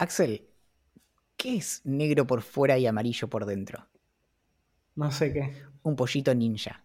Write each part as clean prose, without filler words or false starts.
Axel, ¿qué es negro por fuera y amarillo por dentro? No sé qué. Un pollito ninja.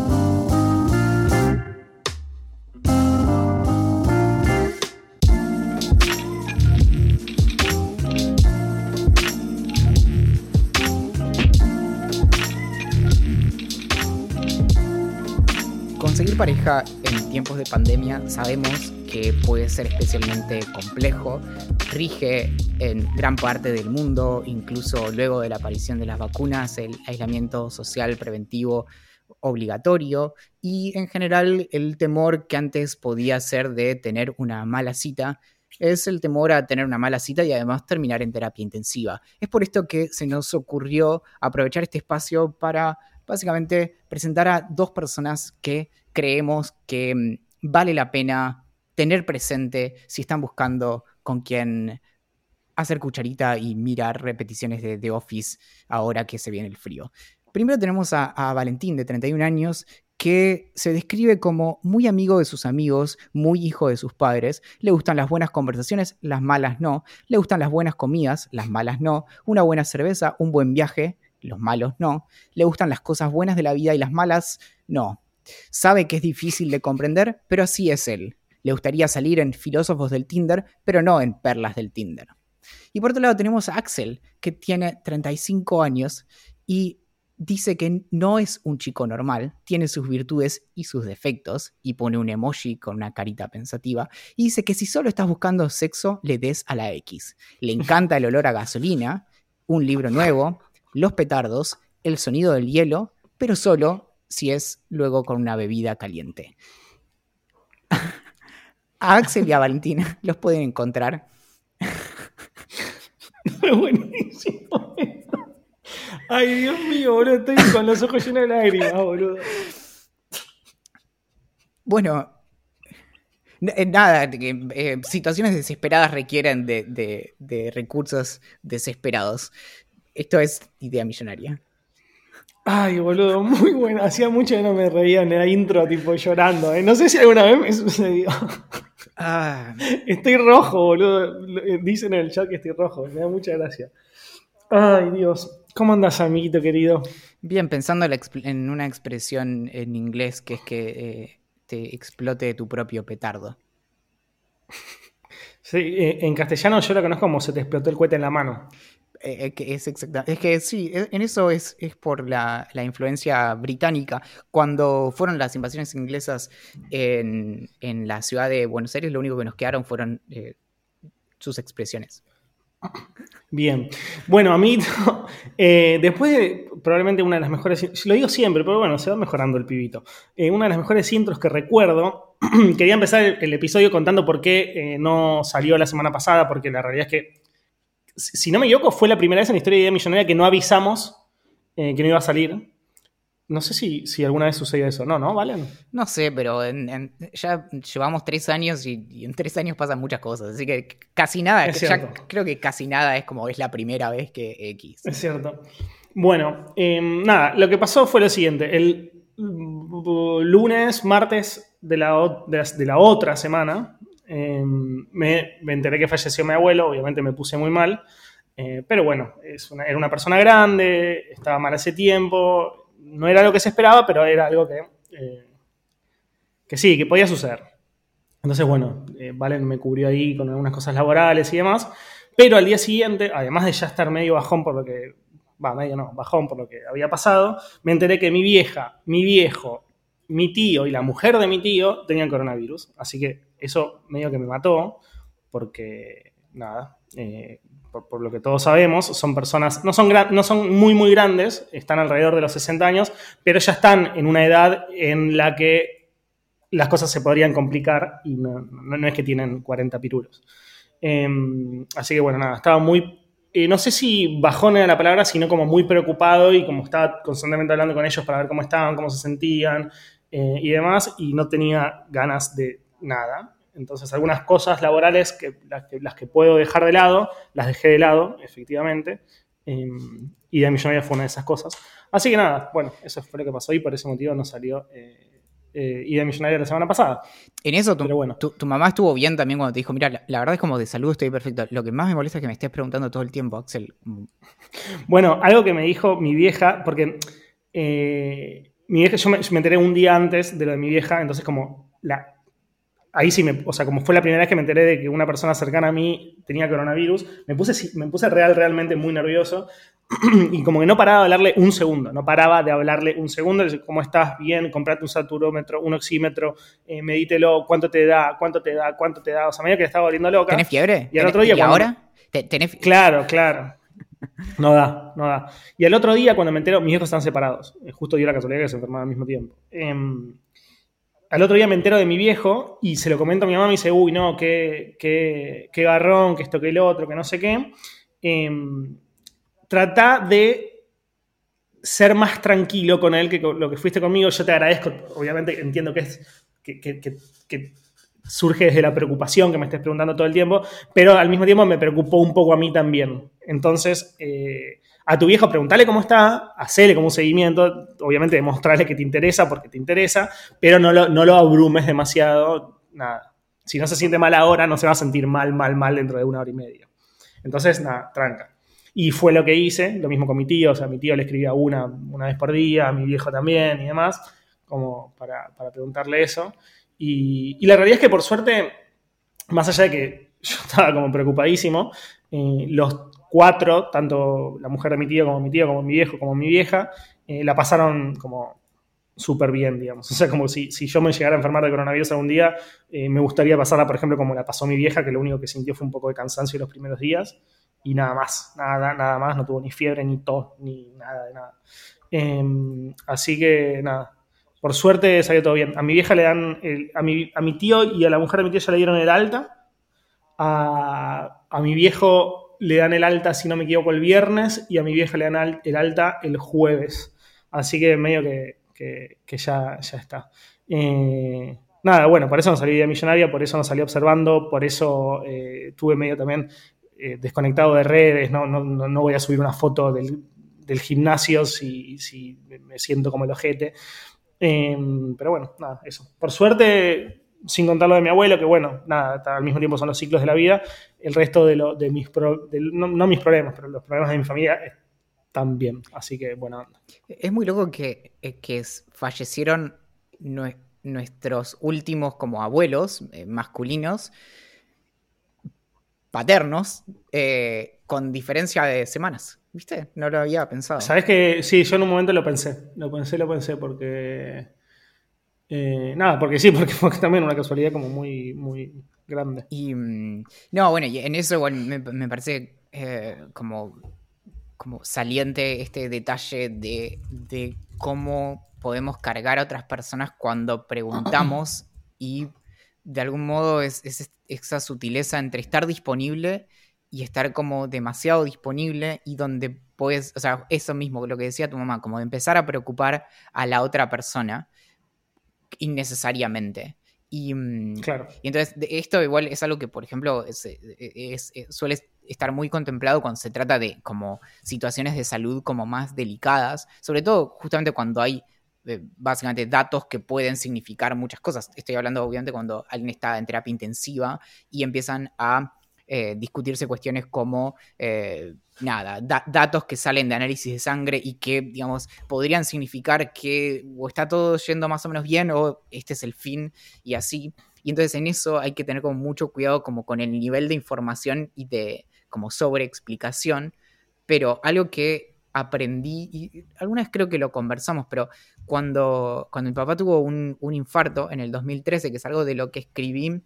Conseguir pareja en tiempos de pandemia sabemos que puede ser especialmente complejo, rige en gran parte del mundo, incluso luego de la aparición de las vacunas, el aislamiento social preventivo obligatorio y en general el temor que antes podía ser de tener una mala cita es el temor a tener una mala cita y además terminar en terapia intensiva. Es por esto que se nos ocurrió aprovechar este espacio para básicamente presentar a dos personas que creemos que vale la pena tener presente si están buscando con quién hacer cucharita y mirar repeticiones de The Office ahora que se viene el frío. Primero tenemos a Valentín, de 31 años, que se describe como muy amigo de sus amigos, muy hijo de sus padres. Le gustan las buenas conversaciones, las malas no. Le gustan las buenas comidas, las malas no. Una buena cerveza, un buen viaje, los malos no. Le gustan las cosas buenas de la vida y las malas no. Sabe que es difícil de comprender, pero así es él. Le gustaría salir en filósofos del Tinder, pero no en perlas del Tinder. Y por otro lado tenemos a Axel, que tiene 35 años y dice que no es un chico normal, tiene sus virtudes y sus defectos, y pone un emoji con una carita pensativa, y dice que si solo estás buscando sexo, le des a la X. Le encanta el olor a gasolina, un libro nuevo, los petardos, el sonido del hielo, pero solo si es luego con una bebida caliente. A Axel y a Valentina los pueden encontrar. Fue buenísimo esto. Ay, Dios mío, boludo. Estoy con los ojos llenos de lágrimas, boludo. Bueno, nada, situaciones desesperadas requieren de recursos desesperados. Esto es idea millonaria. Ay, boludo, muy bueno. Hacía mucho que no me reía en la intro, tipo llorando. No sé si alguna vez me sucedió. Estoy rojo, boludo. Dicen en el chat que estoy rojo. Me da mucha gracia. Ay, Dios. ¿Cómo andas, amiguito querido? Bien, pensando en una expresión en inglés que es que te explote tu propio petardo. Sí, en castellano yo lo conozco como se te explotó el cohete en la mano. Que es exactamente. Es que sí, en eso es por la influencia británica. Cuando fueron las invasiones inglesas en la ciudad de Buenos Aires, lo único que nos quedaron fueron sus expresiones. Bien. Bueno, amiguito, después de probablemente una de las mejores, lo digo siempre, pero bueno, se va mejorando el pibito. Una de las mejores intros que recuerdo, quería empezar el episodio contando por qué no salió la semana pasada, porque la realidad es que, si no me equivoco, fue la primera vez en la historia de Idea Millonaria que no avisamos que no iba a salir. No sé si alguna vez sucedió eso. No, ¿Valen? No sé, pero ya llevamos 3 años y en 3 años pasan muchas cosas. Así que casi nada, creo que casi nada es como es la primera vez que X. Es cierto. Bueno, nada, lo que pasó fue lo siguiente. El lunes, martes de la otra semana, me enteré que falleció mi abuelo. Obviamente me puse muy mal. Pero bueno, era una persona grande, estaba mal hace tiempo. No era lo que se esperaba, pero era algo que sí, que podía suceder. Entonces, bueno, Valen me cubrió ahí con algunas cosas laborales y demás. Pero al día siguiente, además de ya estar medio bajón por lo que... bajón por lo que había pasado, me enteré que mi vieja, mi viejo, mi tío y la mujer de mi tío tenían coronavirus. Así que eso medio que me mató, porque, nada, por lo que todos sabemos, son personas, no son muy, muy grandes, están alrededor de los 60 años, pero ya están en una edad en la que las cosas se podrían complicar y no es que tienen 40 pirulos. Así que bueno, nada, estaba muy... no sé si bajón era la palabra, sino como muy preocupado y como estaba constantemente hablando con ellos para ver cómo estaban, cómo se sentían y demás, y no tenía ganas de nada. Entonces algunas cosas laborales, las que puedo dejar de lado, las dejé de lado, efectivamente. Idea Millonaria fue una de esas cosas. Así que nada, bueno, eso fue lo que pasó y por ese motivo no salió Ida Millonaria la semana pasada. En eso Pero bueno. tu mamá estuvo bien también cuando te dijo, mira, la verdad es como de salud estoy perfecto. Lo que más me molesta es que me estés preguntando todo el tiempo, Axel. Bueno, algo que me dijo mi vieja, porque mi vieja, yo me enteré un día antes de lo de mi vieja, entonces como ahí sí, o sea, como fue la primera vez que me enteré de que una persona cercana a mí tenía coronavirus, me puse realmente muy nervioso y como que no paraba de hablarle un segundo, no paraba de hablarle un segundo, le decía, ¿cómo estás? Bien, comprate un saturómetro, un oxímetro, medítelo, ¿cuánto te da? ¿Cuánto te da? ¿Cuánto te da? O sea, medio que estaba volviendo loca. ¿Tenés fiebre? Y al otro día ¿Y ahora? ¿Tenés Claro. No da. Y al otro día, cuando me entero, mis hijos están separados. Justo dio la casualidad que se enfermaban al mismo tiempo. Al otro día me entero de mi viejo y se lo comento a mi mamá y me dice, uy, no, qué garrón, que esto, que el otro, que no sé qué. Trata de ser más tranquilo con él que con lo que fuiste conmigo. Yo te agradezco, obviamente entiendo que surge desde la preocupación que me estés preguntando todo el tiempo, pero al mismo tiempo me preocupó un poco a mí también. Entonces, a tu viejo preguntale cómo está, hacele como un seguimiento, obviamente demostrarle que te interesa porque te interesa, pero no lo abrumes demasiado, nada. Si no se siente mal ahora, no se va a sentir mal dentro de 1 hora y media. Entonces, nada, tranca. Y fue lo que hice, lo mismo con mi tío, o sea, mi tío le escribía una vez por día, a mi viejo también y demás, como para preguntarle eso. Y la realidad es que por suerte, más allá de que yo estaba como preocupadísimo, los 4, tanto la mujer de mi tío, como mi viejo, como mi vieja, la pasaron como súper bien, digamos. O sea, como si yo me llegara a enfermar de coronavirus algún día, me gustaría pasarla, por ejemplo, como la pasó mi vieja, que lo único que sintió fue un poco de cansancio los primeros días, y nada más, nada más, no tuvo ni fiebre, ni tos, ni nada de nada. Así que nada, por suerte salió todo bien. A mi vieja le dan, a mi tío y a la mujer de mi tío ya le dieron el alta. A mi viejo le dan el alta, si no me equivoco, el viernes, y a mi vieja le dan el alta el jueves. Así que medio que ya está. Nada, bueno, por eso no salí de millonaria, por eso no salí observando, por eso tuve medio también desconectado de redes, no voy a subir una foto del gimnasio si me siento como el ojete. Pero bueno, nada, eso. Por suerte, sin contar lo de mi abuelo, que bueno, nada, al mismo tiempo son los ciclos de la vida, el resto de mis no mis problemas, pero los problemas de mi familia están bien. Así que, bueno. Es muy loco que fallecieron nuestros últimos como abuelos masculinos, paternos, con diferencia de semanas. ¿Viste? No lo había pensado. ¿Sabés que sí, yo en un momento lo pensé porque... nada, porque sí, porque fue también una casualidad como muy, muy grande. Y no, bueno, y en eso igual me parece como saliente este detalle de cómo podemos cargar a otras personas cuando preguntamos y de algún modo es esa sutileza entre estar disponible y estar como demasiado disponible y donde puedes, o sea, eso mismo, lo que decía tu mamá, como de empezar a preocupar a la otra persona innecesariamente. Claro. Y entonces esto igual es algo que, por ejemplo, suele estar muy contemplado cuando se trata de como situaciones de salud como más delicadas, sobre todo justamente cuando hay básicamente datos que pueden significar muchas cosas. Estoy hablando obviamente cuando alguien está en terapia intensiva y empiezan a discutirse cuestiones como datos que salen de análisis de sangre y que, digamos, podrían significar que o está todo yendo más o menos bien o este es el fin y así. Y entonces en eso hay que tener como mucho cuidado como con el nivel de información y de como sobreexplicación, pero algo que aprendí, y alguna vez creo que lo conversamos, pero cuando mi papá tuvo un infarto en el 2013, que es algo de lo que escribí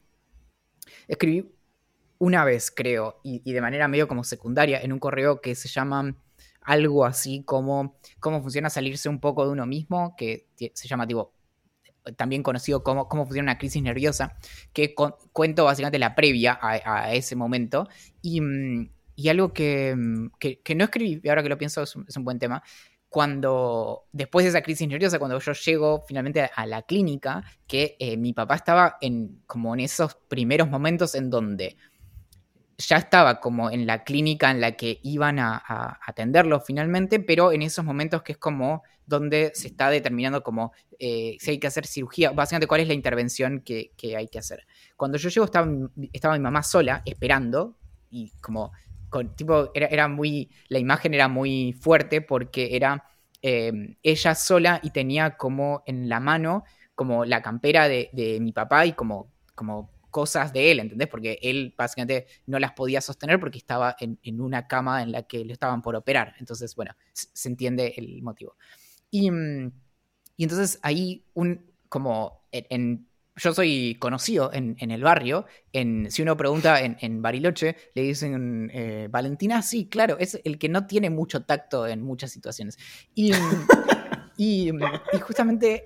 una vez, creo, y de manera medio como secundaria, en un correo que se llama algo así como cómo funciona salirse un poco de uno mismo, que se llama tipo, también conocido como cómo funciona una crisis nerviosa, que cuento básicamente la previa a ese momento, y algo que no escribí, y ahora que lo pienso es un buen tema. Cuando, después de esa crisis nerviosa, cuando yo llego finalmente a la clínica, que mi papá estaba como en esos primeros momentos en donde ya estaba como en la clínica en la que iban a atenderlo finalmente, pero en esos momentos que es como donde se está determinando como si hay que hacer cirugía, básicamente cuál es la intervención que hay que hacer. Cuando yo llego estaba mi mamá sola esperando y como tipo era muy, la imagen era muy fuerte porque era ella sola y tenía como en la mano como la campera de mi papá y como cosas de él, ¿entendés? Porque él básicamente no las podía sostener porque estaba en una cama en la que lo estaban por operar. Entonces, bueno, se entiende el motivo. Y, y entonces ahí como yo soy conocido en el barrio, si uno pregunta en Bariloche, le dicen, Valentina, sí, claro, es el que no tiene mucho tacto en muchas situaciones. Y, y justamente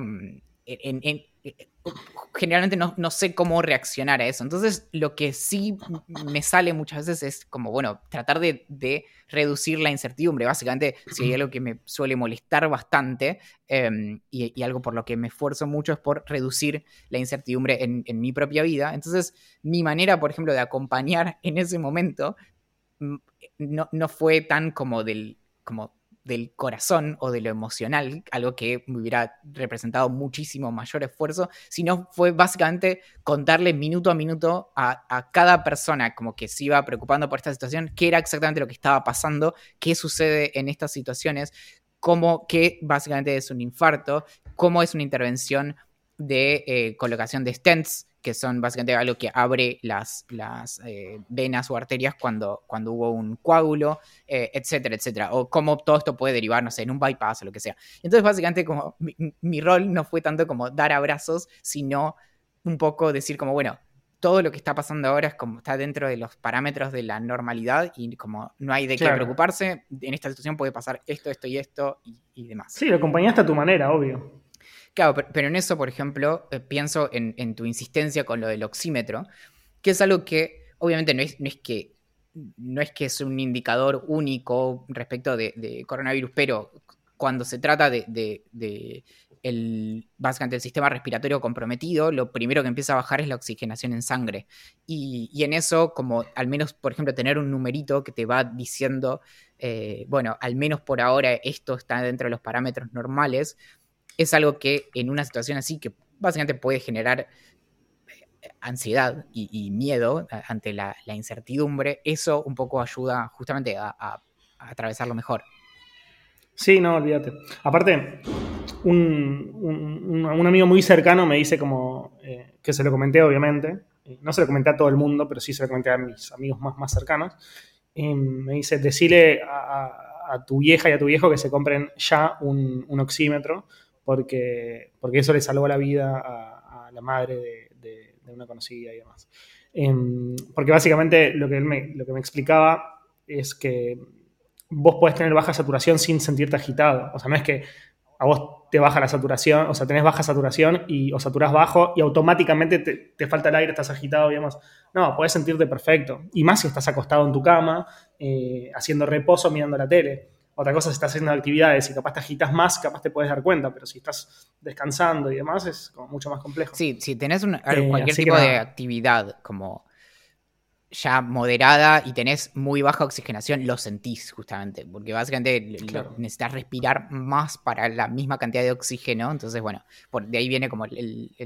generalmente no sé cómo reaccionar a eso. Entonces, lo que sí me sale muchas veces es como, bueno, tratar de reducir la incertidumbre. Básicamente, si hay algo que me suele molestar bastante y algo por lo que me esfuerzo mucho es por reducir la incertidumbre en mi propia vida. Entonces, mi manera, por ejemplo, de acompañar en ese momento no fue tan como del corazón o de lo emocional, algo que me hubiera representado muchísimo mayor esfuerzo, sino fue básicamente contarle minuto a minuto a cada persona como que se iba preocupando por esta situación, qué era exactamente lo que estaba pasando, qué sucede en estas situaciones, qué básicamente es un infarto, cómo es una intervención de colocación de stents, que son básicamente algo que abre las venas o arterias cuando hubo un coágulo, etcétera, etcétera. O cómo todo esto puede derivar, no sé, en un bypass o lo que sea. Entonces, básicamente, como mi rol no fue tanto como dar abrazos, sino un poco decir como, bueno, todo lo que está pasando ahora es como está dentro de los parámetros de la normalidad y como no hay de qué preocuparse. En esta situación puede pasar esto, esto y esto y demás. Sí, lo acompañaste a tu manera, obvio. Claro, pero en eso, por ejemplo, pienso en tu insistencia con lo del oxímetro, que es algo que obviamente no es que es un indicador único respecto de coronavirus, pero cuando se trata de básicamente el sistema respiratorio comprometido, lo primero que empieza a bajar es la oxigenación en sangre. Y en eso, como al menos, por ejemplo, tener un numerito que te va diciendo, bueno, al menos por ahora esto está dentro de los parámetros normales, es algo que en una situación así que básicamente puede generar ansiedad y miedo ante la incertidumbre, eso un poco ayuda justamente a atravesarlo mejor. Sí, no, olvídate. Aparte, un amigo muy cercano me dice como, que se lo comenté obviamente, no se lo comenté a todo el mundo, pero sí se lo comenté a mis amigos más cercanos, me dice, decile a tu vieja y a tu viejo que se compren ya un oxímetro, porque eso le salvó la vida a la madre de una conocida y demás. Porque básicamente lo que me explicaba es que vos podés tener baja saturación sin sentirte agitado. O sea, no es que a vos te baja la saturación, o sea, tenés baja saturación o saturás bajo y automáticamente te falta el aire, estás agitado y demás. No, podés sentirte perfecto. Y más si estás acostado en tu cama, haciendo reposo, mirando la tele. Otra cosa, si estás haciendo actividades y capaz te agitas más, capaz te puedes dar cuenta, pero si estás descansando y demás es como mucho más complejo. Sí, si tenés cualquier tipo de actividad como ya moderada y tenés muy baja oxigenación, lo sentís justamente, porque básicamente necesitas respirar más para la misma cantidad de oxígeno, entonces bueno, de ahí viene como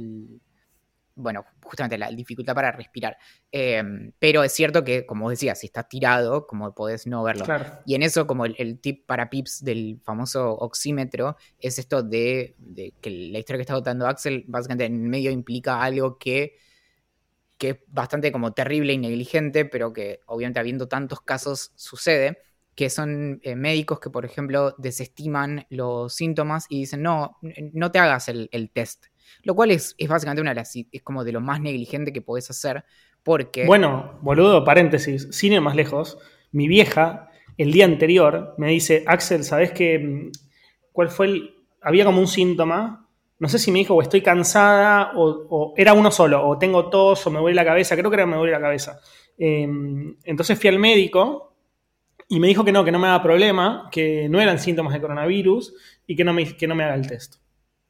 bueno, justamente la dificultad para respirar. Pero es cierto que, como vos decías, si estás tirado, como podés no verlo. Claro. Y en eso, como el tip para pips del famoso oxímetro, es esto de que la historia que está contando Axel, básicamente en medio implica algo que es bastante como terrible y negligente, pero que obviamente habiendo tantos casos sucede, que son médicos que, por ejemplo, desestiman los síntomas y dicen, no te hagas el test. Lo cual es básicamente es como de lo más negligente que podés hacer, porque... Bueno, boludo, paréntesis, sin ir más lejos, mi vieja, el día anterior, me dice, Axel, ¿sabés qué? ¿Cuál fue había como un síntoma? No sé si me dijo, o estoy cansada, o era uno solo, o tengo tos, o me duele la cabeza, creo que era me duele la cabeza. Entonces fui al médico y me dijo que no me daba problema, que no eran síntomas de coronavirus y que no me haga el test.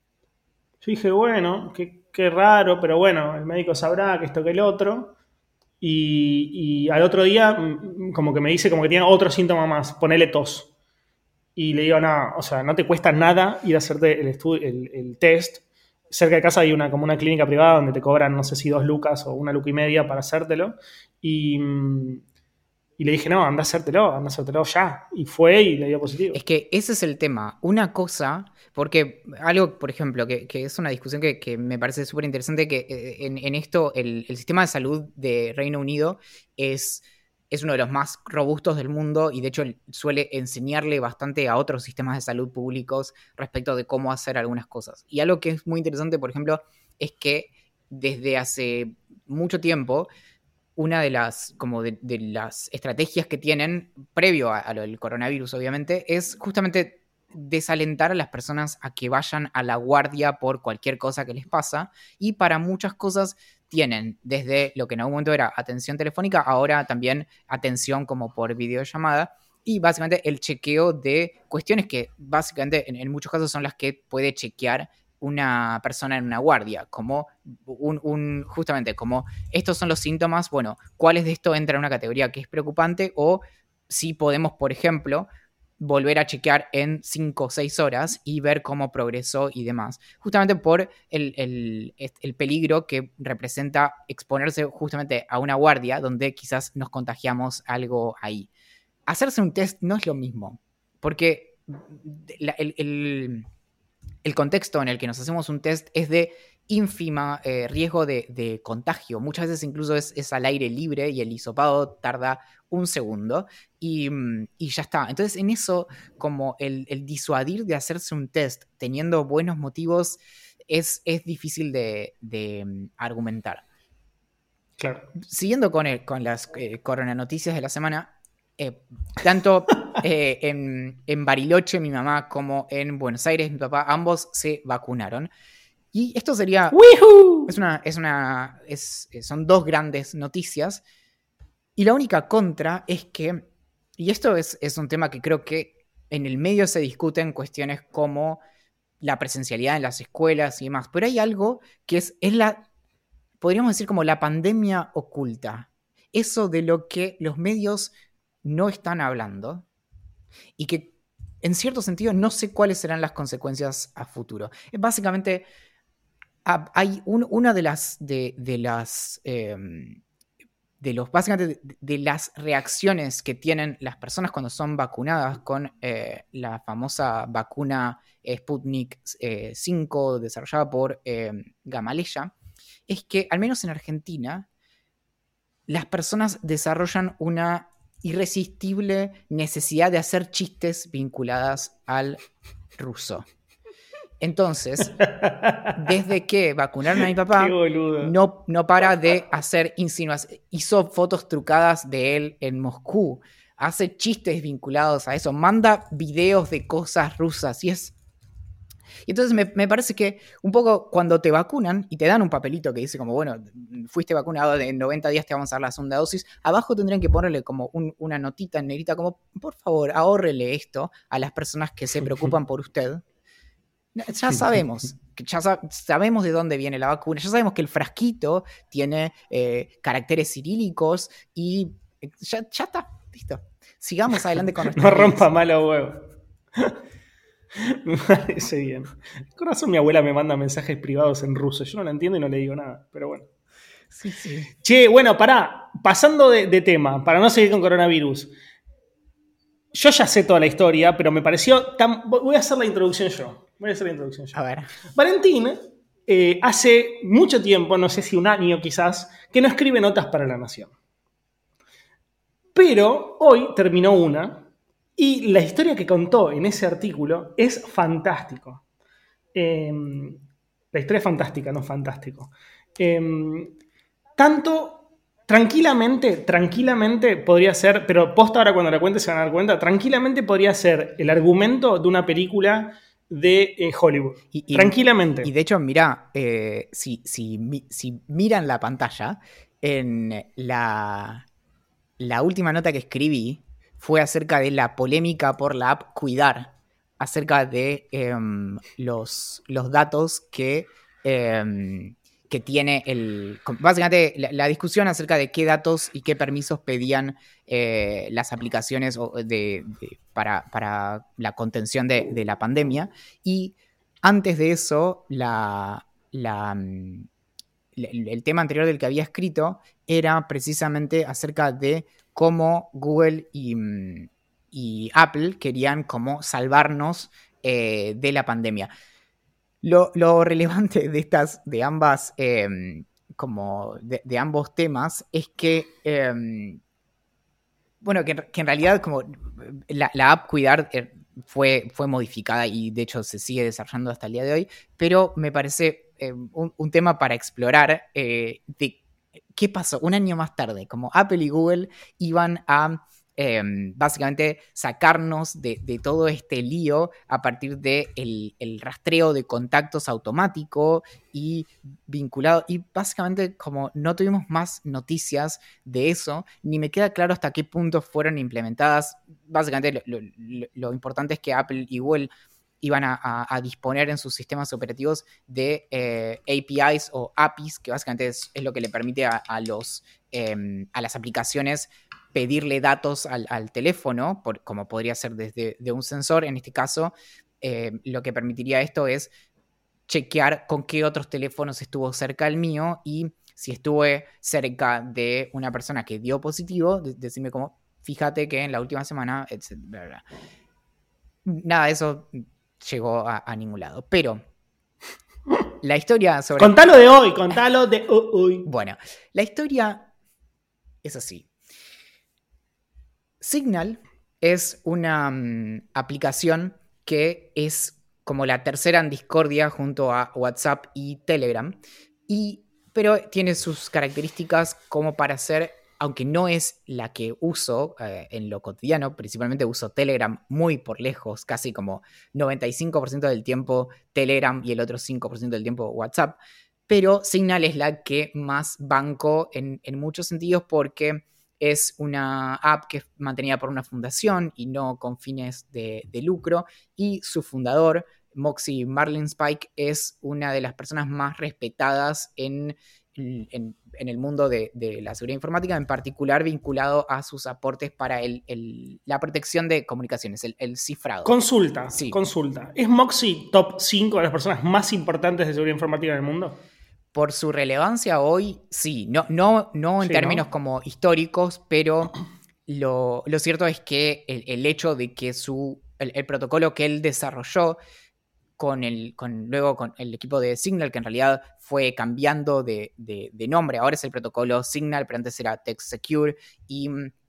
Yo dije, bueno, qué raro, pero bueno, el médico sabrá que esto que el otro. Y al otro día, como que me dice como que tiene otro síntoma más, ponele tos. Y le digo, no, o sea, no te cuesta nada ir a hacerte el test. Cerca de casa hay como una clínica privada donde te cobran, no sé si 2 lucas o 1,5 lucas para hacértelo. Y le dije, no, anda a hacértelo ya. Y fue y le dio positivo. Es que ese es el tema. Una cosa, porque algo, por ejemplo, que es una discusión que me parece súper interesante, que en esto el sistema de salud de Reino Unido es uno de los más robustos del mundo y de hecho suele enseñarle bastante a otros sistemas de salud públicos respecto de cómo hacer algunas cosas. Y algo que es muy interesante, por ejemplo, es que desde hace mucho tiempo una de las, como de las estrategias que tienen, previo a lo del coronavirus, obviamente, es justamente desalentar a las personas a que vayan a la guardia por cualquier cosa que les pasa. Y para muchas cosas tienen, desde lo que en algún momento era atención telefónica, ahora también atención como por videollamada. Y básicamente el chequeo de cuestiones que básicamente en muchos casos son las que puede chequear una persona en una guardia, como justamente como estos son los síntomas, bueno, ¿cuáles de esto entra en una categoría que es preocupante? O si podemos, por ejemplo, volver a chequear en 5 o 6 horas y ver cómo progresó y demás. Justamente por el peligro que representa exponerse justamente a una guardia donde quizás nos contagiamos algo ahí. Hacerse un test no es lo mismo, porque el contexto en el que nos hacemos un test es de ínfima riesgo de contagio. Muchas veces incluso es al aire libre y el hisopado tarda un segundo y ya está. Entonces en eso, como el disuadir de hacerse un test teniendo buenos motivos es difícil de argumentar. Claro. Siguiendo con las coronanoticias de la semana, tanto en Bariloche mi mamá como en Buenos Aires mi papá, ambos se vacunaron. Y esto sería... ¡Wihoo! Son dos grandes noticias. Y la única contra es que, y esto es un tema que creo que en el medio se discuten cuestiones como la presencialidad en las escuelas y demás, pero hay algo que es podríamos decir como la pandemia oculta. Eso de lo que los medios no están hablando y que en cierto sentido no sé cuáles serán las consecuencias a futuro. Básicamente hay una de las básicamente de las reacciones que tienen las personas cuando son vacunadas con la famosa vacuna Sputnik 5 desarrollada por Gamaleya, es que al menos en Argentina las personas desarrollan una irresistible necesidad de hacer chistes vinculadas al ruso. Entonces, desde que vacunaron a mi papá, no para de hacer insinuaciones. Hizo fotos trucadas de él en Moscú. Hace chistes vinculados a eso. Manda videos de cosas rusas. Y entonces me parece que un poco cuando te vacunan y te dan un papelito que dice como, bueno, fuiste vacunado, en 90 días te vamos a dar la segunda dosis, abajo tendrían que ponerle como una notita en negrita como, por favor, ahórrele esto a las personas que se preocupan por usted. Ya sabemos, sabemos de dónde viene la vacuna, ya sabemos que el frasquito tiene caracteres cirílicos y ya está, listo. Sigamos adelante con nuestro. No rompa malo huevo. Me parece bien. Con razón mi abuela me manda mensajes privados en ruso. Yo no lo entiendo y no le digo nada, pero bueno. Sí. Che, bueno, pasando de tema, para no seguir con coronavirus. Yo ya sé toda la historia, pero me pareció Voy a hacer la introducción yo. A ver. Valentín, hace mucho tiempo, no sé si un año quizás, que no escribe notas para La Nación. Pero hoy terminó una y la historia que contó en ese artículo es fantástico. La historia es fantástica, no fantástico. Tranquilamente podría ser, pero posta ahora cuando la cuente se van a dar cuenta, tranquilamente podría ser el argumento de una película de Hollywood. Tranquilamente. Y de hecho, mirá, si miran la pantalla, en la última nota que escribí fue acerca de la polémica por la app Cuidar, acerca de los datos que que tiene básicamente la discusión acerca de qué datos y qué permisos pedían las aplicaciones para la contención de la pandemia. Y antes de eso, el tema anterior del que había escrito era precisamente acerca de cómo Google y Apple querían como salvarnos de la pandemia. Lo relevante de ambas, como de ambos temas, es que, bueno, que en realidad como la app Cuidar fue modificada y de hecho se sigue desarrollando hasta el día de hoy, pero me parece un tema para explorar de qué pasó un año más tarde, como Apple y Google iban a básicamente sacarnos de todo este lío a partir del el rastreo de contactos automático y vinculado, y básicamente como no tuvimos más noticias de eso, ni me queda claro hasta qué punto fueron implementadas. Básicamente lo importante es que Apple y Google iban a disponer en sus sistemas operativos de APIs o APIs, que básicamente es lo que le permite a las aplicaciones pedirle datos al teléfono, como podría ser desde un sensor. En este caso, lo que permitiría esto es chequear con qué otros teléfonos estuvo cerca el mío, y si estuve cerca de una persona que dio positivo, decirme como, fíjate que en la última semana, etc. Nada de eso llegó a ningún lado. Pero la historia sobre... Contalo de hoy, contalo de hoy. Bueno, la historia es así. Signal es una aplicación que es como la tercera en discordia junto a WhatsApp y Telegram, pero tiene sus características como para ser, aunque no es la que uso en lo cotidiano, principalmente uso Telegram muy por lejos, casi como 95% del tiempo Telegram y el otro 5% del tiempo WhatsApp, pero Signal es la que más banco en muchos sentidos, porque es una app que es mantenida por una fundación y no con fines de lucro, y su fundador, Moxie Marlinspike, es una de las personas más respetadas en el mundo de la seguridad informática, en particular vinculado a sus aportes para la protección de comunicaciones, el cifrado. Consulta. ¿Es Moxie top 5 de las personas más importantes de seguridad informática del mundo? Por su relevancia hoy, sí. No en sí, términos ¿no? como históricos, pero lo cierto es que el hecho de que el protocolo que él desarrolló luego con el equipo de Signal, que en realidad fue cambiando de nombre, ahora es el protocolo Signal, pero antes era Text Secure, y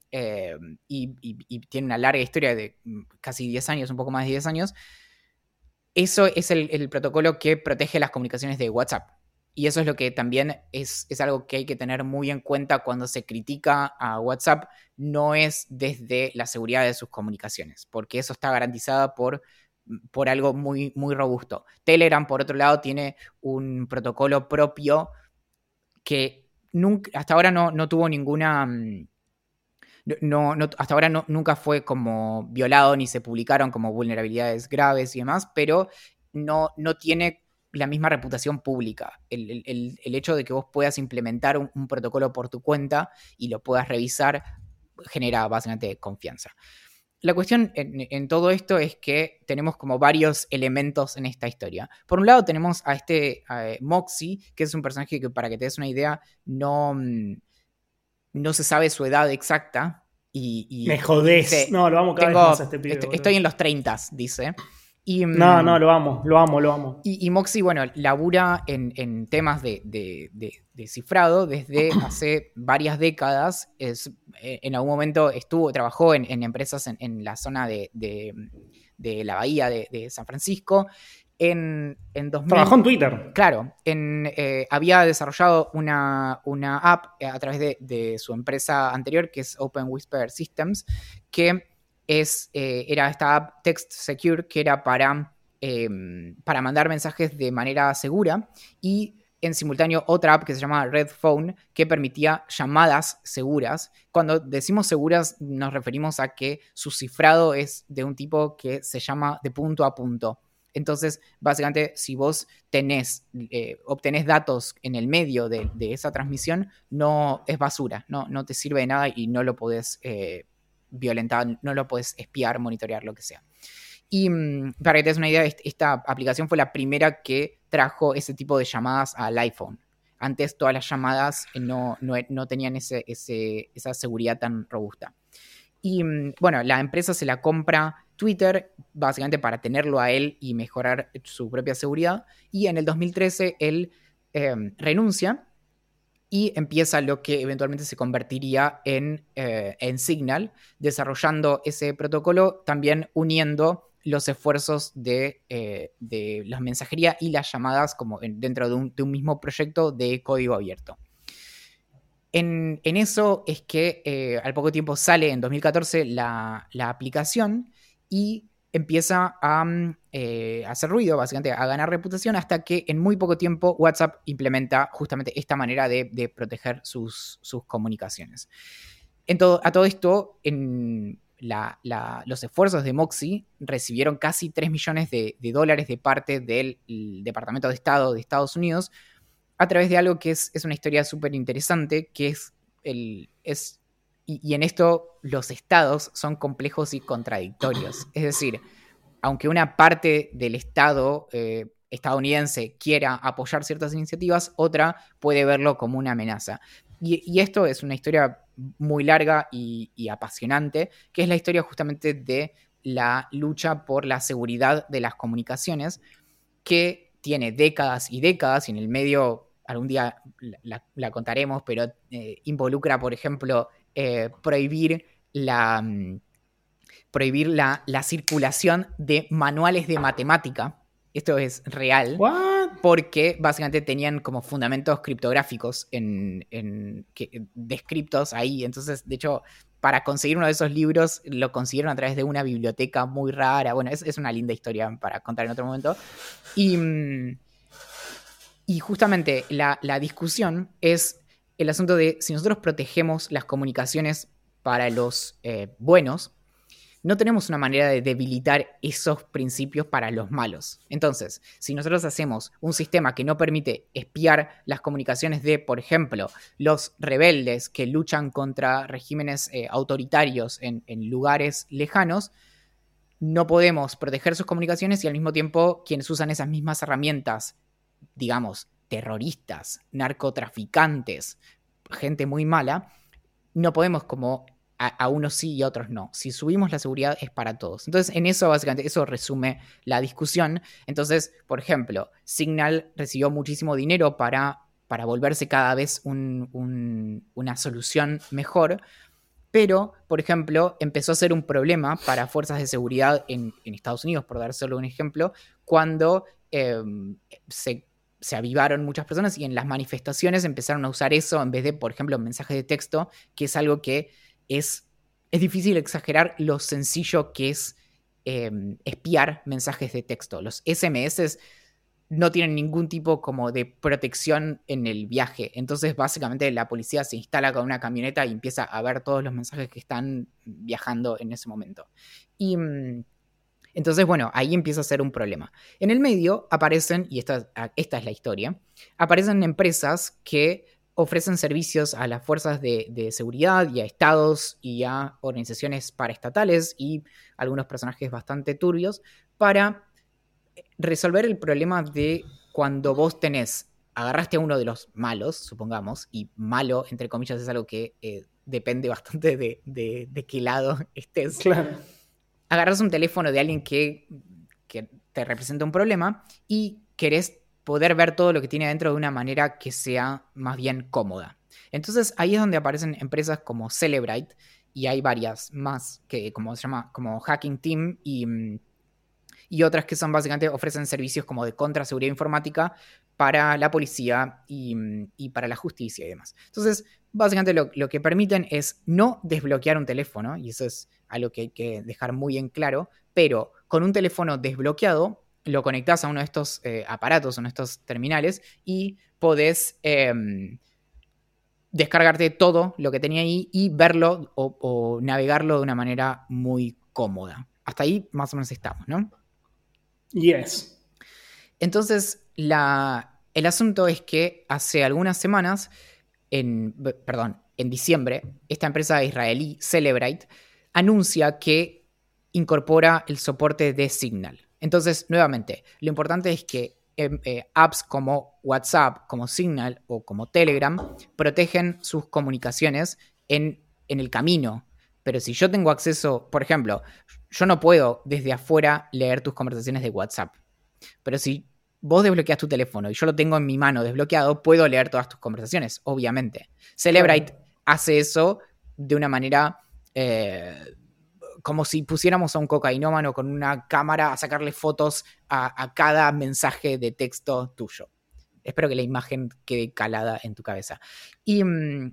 tiene una larga historia de casi 10 años, un poco más de 10 años. Eso es el protocolo que protege las comunicaciones de WhatsApp. Y eso es lo que también es algo que hay que tener muy en cuenta cuando se critica a WhatsApp. No es desde la seguridad de sus comunicaciones, porque eso está garantizado por algo muy, muy robusto. Telegram, por otro lado, tiene un protocolo propio que hasta ahora no tuvo ninguna... hasta ahora nunca fue como violado ni se publicaron como vulnerabilidades graves y demás, pero no tiene la misma reputación pública. El hecho de que vos puedas implementar un protocolo por tu cuenta y lo puedas revisar genera básicamente confianza. La cuestión en todo esto es que tenemos como varios elementos en esta historia. Por un lado tenemos a Moxie, que es un personaje que, para que te des una idea, no se sabe su edad exacta. Me jodés. Dice, no, lo amo cada vez más a este pibe. Estoy en los 30, dice. No, lo amo. Y Moxie, bueno, labura en temas de cifrado desde hace varias décadas. En algún momento trabajó en empresas en la zona de la bahía de San Francisco. En 2000, trabajó en Twitter. Claro, había desarrollado una app a través de su empresa anterior, que es Open Whisper Systems, que era esta app Text Secure, que era para mandar mensajes de manera segura, y en simultáneo otra app que se llama Red Phone, que permitía llamadas seguras. Cuando decimos seguras nos referimos a que su cifrado es de un tipo que se llama de punto a punto. Entonces, básicamente, si vos obtenés datos en el medio de esa transmisión, no es basura, no te sirve de nada y no lo podés violentar, no lo podés espiar, monitorear, lo que sea. Y para que te des una idea, esta aplicación fue la primera que trajo ese tipo de llamadas al iPhone. Antes todas las llamadas no tenían esa seguridad tan robusta. Y bueno, la empresa se la compra Twitter, básicamente para tenerlo a él y mejorar su propia seguridad. Y en el 2013 él renuncia y empieza lo que eventualmente se convertiría en Signal, desarrollando ese protocolo, también uniendo los esfuerzos de la mensajería y las llamadas como dentro de un mismo proyecto de código abierto. En eso es que al poco tiempo sale en 2014 la aplicación y empieza a hacer ruido, básicamente a ganar reputación, hasta que en muy poco tiempo WhatsApp implementa justamente esta manera de proteger sus comunicaciones. A todo esto, los esfuerzos de Moxie recibieron casi 3 millones de dólares de parte del Departamento de Estado de Estados Unidos, a través de algo que es una historia súper interesante, que y en esto los estados son complejos y contradictorios. Es decir, aunque una parte del estado estadounidense quiera apoyar ciertas iniciativas, otra puede verlo como una amenaza. Y esto es una historia muy larga y apasionante, que es la historia justamente de la lucha por la seguridad de las comunicaciones, que tiene décadas y décadas, y en el medio algún día la contaremos, pero involucra, por ejemplo, prohibir la circulación de manuales de matemática. Esto es real. ¿What? Porque básicamente tenían como fundamentos criptográficos descriptos ahí. Entonces, de hecho, para conseguir uno de esos libros lo consiguieron a través de una biblioteca muy rara. Bueno, es una linda historia para contar en otro momento. Y justamente la discusión es el asunto de si nosotros protegemos las comunicaciones para los buenos, no tenemos una manera de debilitar esos principios para los malos. Entonces, si nosotros hacemos un sistema que no permite espiar las comunicaciones de, por ejemplo, los rebeldes que luchan contra regímenes autoritarios en lugares lejanos, no podemos proteger sus comunicaciones y al mismo tiempo quienes usan esas mismas herramientas, digamos, terroristas, narcotraficantes, gente muy mala, no podemos como a unos sí y a otros no. Si subimos la seguridad es para todos. Entonces, en eso básicamente, eso resume la discusión. Entonces, por ejemplo, Signal recibió muchísimo dinero para volverse cada vez una solución mejor, pero, por ejemplo, empezó a ser un problema para fuerzas de seguridad en Estados Unidos, por dar solo un ejemplo, cuando se avivaron muchas personas y en las manifestaciones empezaron a usar eso en vez de, por ejemplo, mensajes de texto, que es algo que es difícil exagerar lo sencillo que es espiar mensajes de texto. Los SMS no tienen ningún tipo como de protección en el viaje. Entonces, básicamente, la policía se instala con una camioneta y empieza a ver todos los mensajes que están viajando en ese momento. Y entonces, bueno, ahí empieza a ser un problema. En el medio aparecen, y esta es la historia, aparecen empresas que ofrecen servicios a las fuerzas de seguridad y a estados y a organizaciones paraestatales y algunos personajes bastante turbios para resolver el problema de cuando vos agarraste a uno de los malos, supongamos, y malo, entre comillas, es algo que depende bastante de qué lado estés. Claro. Agarras un teléfono de alguien que te representa un problema y querés poder ver todo lo que tiene adentro de una manera que sea más bien cómoda. Entonces ahí es donde aparecen empresas como Cellebrite, y hay varias más que como se llama, como Hacking Team y otras que son básicamente ofrecen servicios como de contraseguridad informática para la policía y para la justicia y demás. Entonces, básicamente lo que permiten es no desbloquear un teléfono, y eso es algo que hay que dejar muy en claro, pero con un teléfono desbloqueado lo conectás a uno de estos aparatos, uno de estos terminales, y podés descargarte todo lo que tenía ahí y verlo o navegarlo de una manera muy cómoda. Hasta ahí más o menos estamos, ¿no? Yes. Entonces, el asunto es que hace algunas semanas, en diciembre, esta empresa israelí, Celebrite, anuncia que incorpora el soporte de Signal. Entonces, nuevamente, lo importante es que apps como WhatsApp, como Signal o como Telegram protegen sus comunicaciones en el camino. Pero si yo tengo acceso, por ejemplo, yo no puedo desde afuera leer tus conversaciones de WhatsApp. Pero si vos desbloqueas tu teléfono y yo lo tengo en mi mano desbloqueado, puedo leer todas tus conversaciones, obviamente. Celebrite hace eso de una manera como si pusiéramos a un cocainómano con una cámara a sacarle fotos a cada mensaje de texto tuyo. Espero que la imagen quede calada en tu cabeza. Y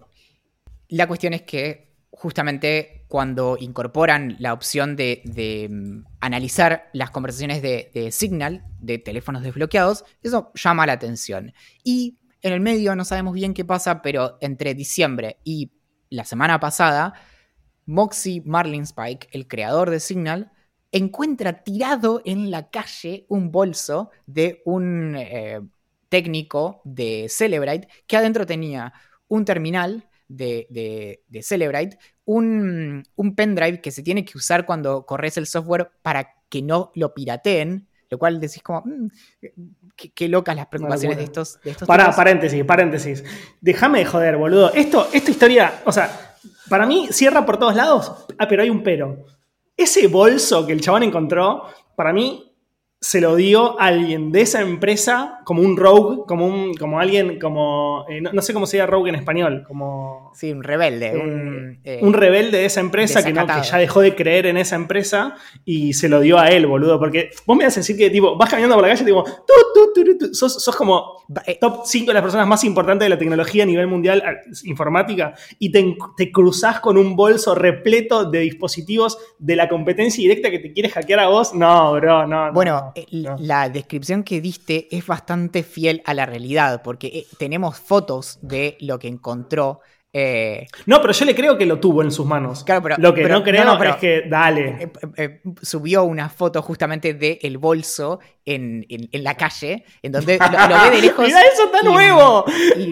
la cuestión es que justamente cuando incorporan la opción de analizar las conversaciones de Signal, de teléfonos desbloqueados, eso llama la atención. Y en el medio no sabemos bien qué pasa, pero entre diciembre y la semana pasada, Moxie Marlinspike, el creador de Signal, encuentra tirado en la calle un bolso de un técnico de Celebrite que adentro tenía un terminal de Celebrite, un pendrive que se tiene que usar cuando corres el software para que no lo pirateen, lo cual decís como, qué locas las preocupaciones de estos Pará, paréntesis. Déjame de joder, boludo. Esta historia, o sea, para mí cierra por todos lados, pero hay un pero. Ese bolso que el chabón encontró, para mí se lo dio a alguien de esa empresa como un rogue, como alguien, como no sé cómo se llama rogue en español, como... Sí, un rebelde. Un rebelde de esa empresa que ya dejó de creer en esa empresa y se lo dio a él, boludo. Porque vos me vas a decir que tipo, vas caminando por la calle y tipo, sos como top 5 de las personas más importantes de la tecnología a nivel mundial, informática, y te cruzás con un bolso repleto de dispositivos de la competencia directa que te quiere hackear a vos. No, bro, no. Bueno, la descripción que diste es bastante fiel a la realidad, porque tenemos fotos de lo que encontró. No, pero yo le creo que lo tuvo en sus manos. Claro, pero, lo que no creo es que, dale. Subió una foto justamente del bolso en la calle, en donde lo ve de lejos. ¡Mira, eso está nuevo!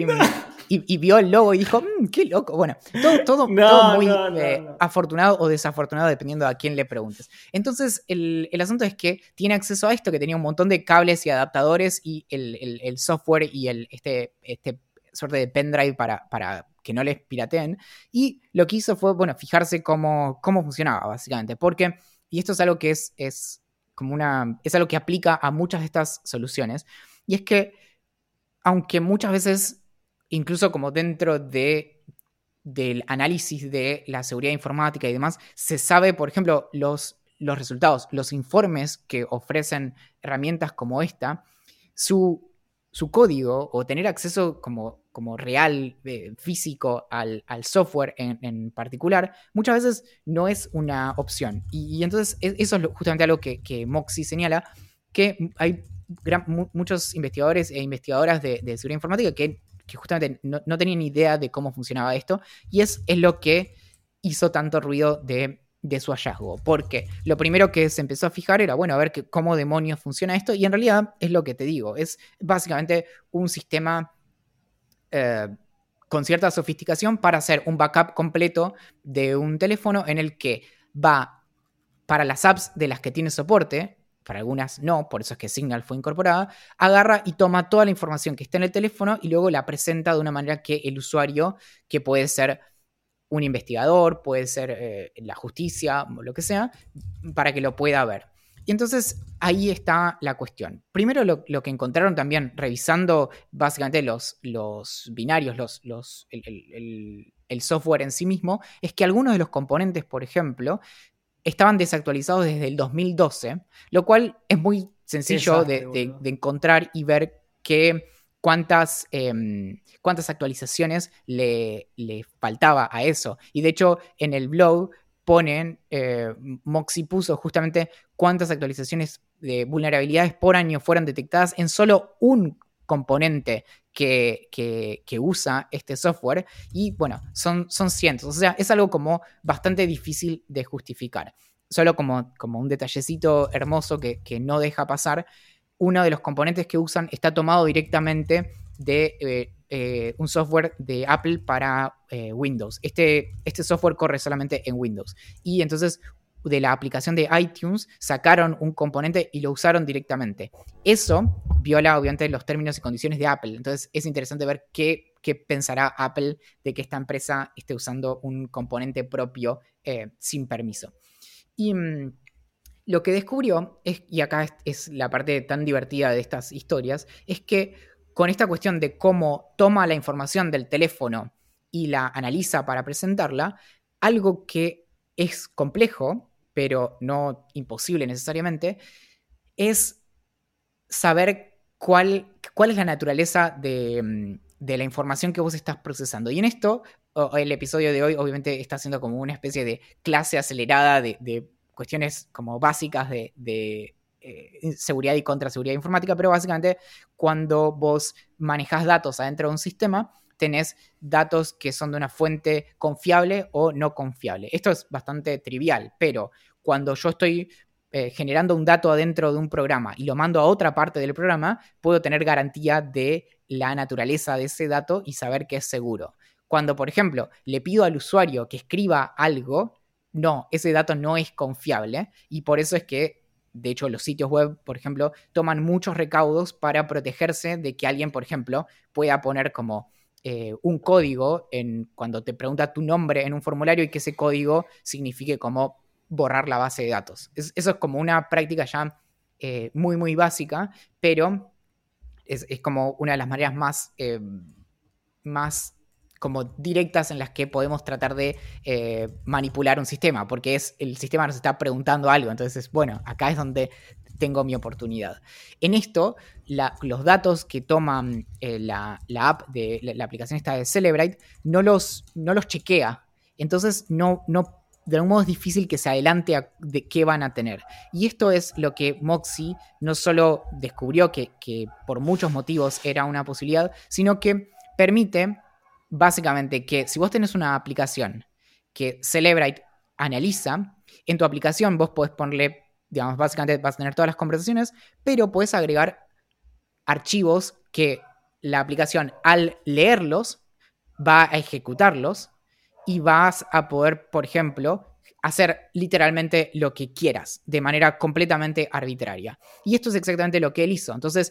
Y vio el logo y dijo, qué loco. Bueno, todo muy afortunado o desafortunado, dependiendo a quién le preguntes. Entonces, el asunto es que tiene acceso a esto, que tenía un montón de cables y adaptadores y el software y este suerte de pendrive para que no les pirateen. Y lo que hizo fue, fijarse cómo funcionaba, básicamente. Porque, y esto es algo que es algo que aplica a muchas de estas soluciones, y es que, aunque muchas veces, incluso como dentro del análisis de la seguridad informática y demás, se sabe, por ejemplo, los resultados, los informes que ofrecen herramientas como esta, su código o tener acceso como real, físico al software en particular, muchas veces no es una opción. Y entonces eso es justamente algo que Moxie señala, que hay muchos investigadores e investigadoras de seguridad informática que justamente no tenían idea de cómo funcionaba esto, y es lo que hizo tanto ruido de su hallazgo, porque lo primero que se empezó a fijar era, a ver cómo demonios funciona esto, y en realidad es lo que te digo, es básicamente un sistema con cierta sofisticación para hacer un backup completo de un teléfono en el que va para las apps de las que tiene soporte. Para algunas no, por eso es que Signal fue incorporada, agarra y toma toda la información que está en el teléfono y luego la presenta de una manera que el usuario, que puede ser un investigador, puede ser la justicia, o lo que sea, para que lo pueda ver. Y entonces ahí está la cuestión. Primero lo que encontraron también, revisando básicamente los binarios, el software en sí mismo, es que algunos de los componentes, por ejemplo, estaban desactualizados desde el 2012, lo cual es muy sencillo de encontrar y ver cuántas actualizaciones le faltaba a eso. Y de hecho, en el blog ponen, Moxie puso justamente cuántas actualizaciones de vulnerabilidades por año fueron detectadas en solo un componente que usa este software, y son cientos. O sea, es algo como bastante difícil de justificar. solo como un detallecito hermoso que no deja pasar, uno de los componentes que usan está tomado directamente de un software de Apple para Windows. Este software corre solamente en Windows. Y entonces de la aplicación de iTunes sacaron un componente y lo usaron directamente. Eso viola obviamente los términos y condiciones de Apple. Entonces es interesante ver qué pensará Apple de que esta empresa esté usando un componente propio sin permiso. Y lo que descubrió, y acá es la parte tan divertida de estas historias, es que con esta cuestión de cómo toma la información del teléfono y la analiza para presentarla, algo que es complejo, pero no imposible necesariamente, es saber cuál es la naturaleza de la información que vos estás procesando. Y en esto, el episodio de hoy obviamente está siendo como una especie de clase acelerada de cuestiones como básicas de seguridad y contraseguridad informática, pero básicamente cuando vos manejás datos adentro de un sistema, tenés datos que son de una fuente confiable o no confiable. Esto es bastante trivial, pero cuando yo estoy generando un dato adentro de un programa y lo mando a otra parte del programa, puedo tener garantía de la naturaleza de ese dato y saber que es seguro. Cuando, por ejemplo, le pido al usuario que escriba algo, no, ese dato no es confiable y por eso es que, de hecho, los sitios web, por ejemplo, toman muchos recaudos para protegerse de que alguien, por ejemplo, pueda poner como un código cuando te pregunta tu nombre en un formulario y que ese código signifique como borrar la base de datos. Eso es como una práctica ya muy, muy básica, pero es como una de las maneras más como directas en las que podemos tratar de manipular un sistema, porque el sistema nos está preguntando algo, entonces, bueno, acá es donde tengo mi oportunidad. En esto, los datos que toman la app de la aplicación esta de Celebrite no los chequea, entonces de algún modo es difícil que se adelante de qué van a tener. Y esto es lo que Moxie no solo descubrió que por muchos motivos era una posibilidad, sino que permite básicamente que si vos tenés una aplicación que Celebrite analiza, en tu aplicación vos podés ponerle, digamos, básicamente vas a tener todas las conversaciones, pero podés agregar archivos que la aplicación al leerlos va a ejecutarlos y vas a poder, por ejemplo, hacer literalmente lo que quieras de manera completamente arbitraria. Y esto es exactamente lo que él hizo. Entonces,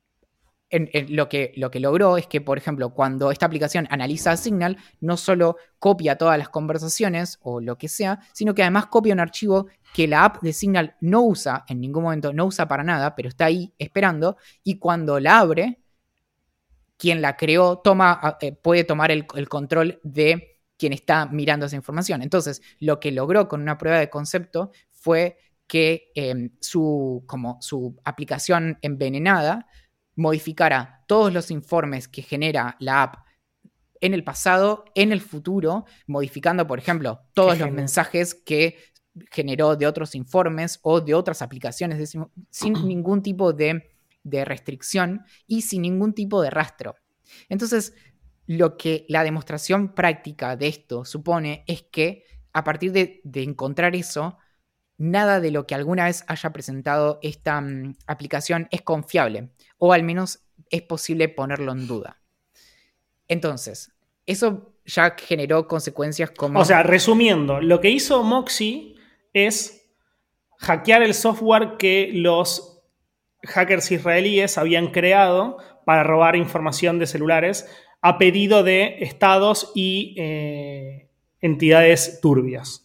lo que logró es que, por ejemplo, cuando esta aplicación analiza Signal, no solo copia todas las conversaciones o lo que sea, sino que además copia un archivo que la app de Signal no usa en ningún momento, no usa para nada, pero está ahí esperando, y cuando la abre, quien la creó puede tomar el control de quien está mirando esa información. Entonces, lo que logró con una prueba de concepto fue que su aplicación envenenada modificara todos los informes que genera la app en el pasado, en el futuro, modificando, por ejemplo, todos los mensajes que generó de otros informes o de otras aplicaciones sin ningún tipo de restricción y sin ningún tipo de rastro. Entonces, lo que la demostración práctica de esto supone es que a partir de encontrar eso, nada de lo que alguna vez haya presentado esta aplicación es confiable, o al menos es posible ponerlo en duda. Entonces, eso ya generó consecuencias como... O sea, resumiendo, lo que hizo Moxie es hackear el software que los hackers israelíes habían creado para robar información de celulares a pedido de estados y entidades turbias.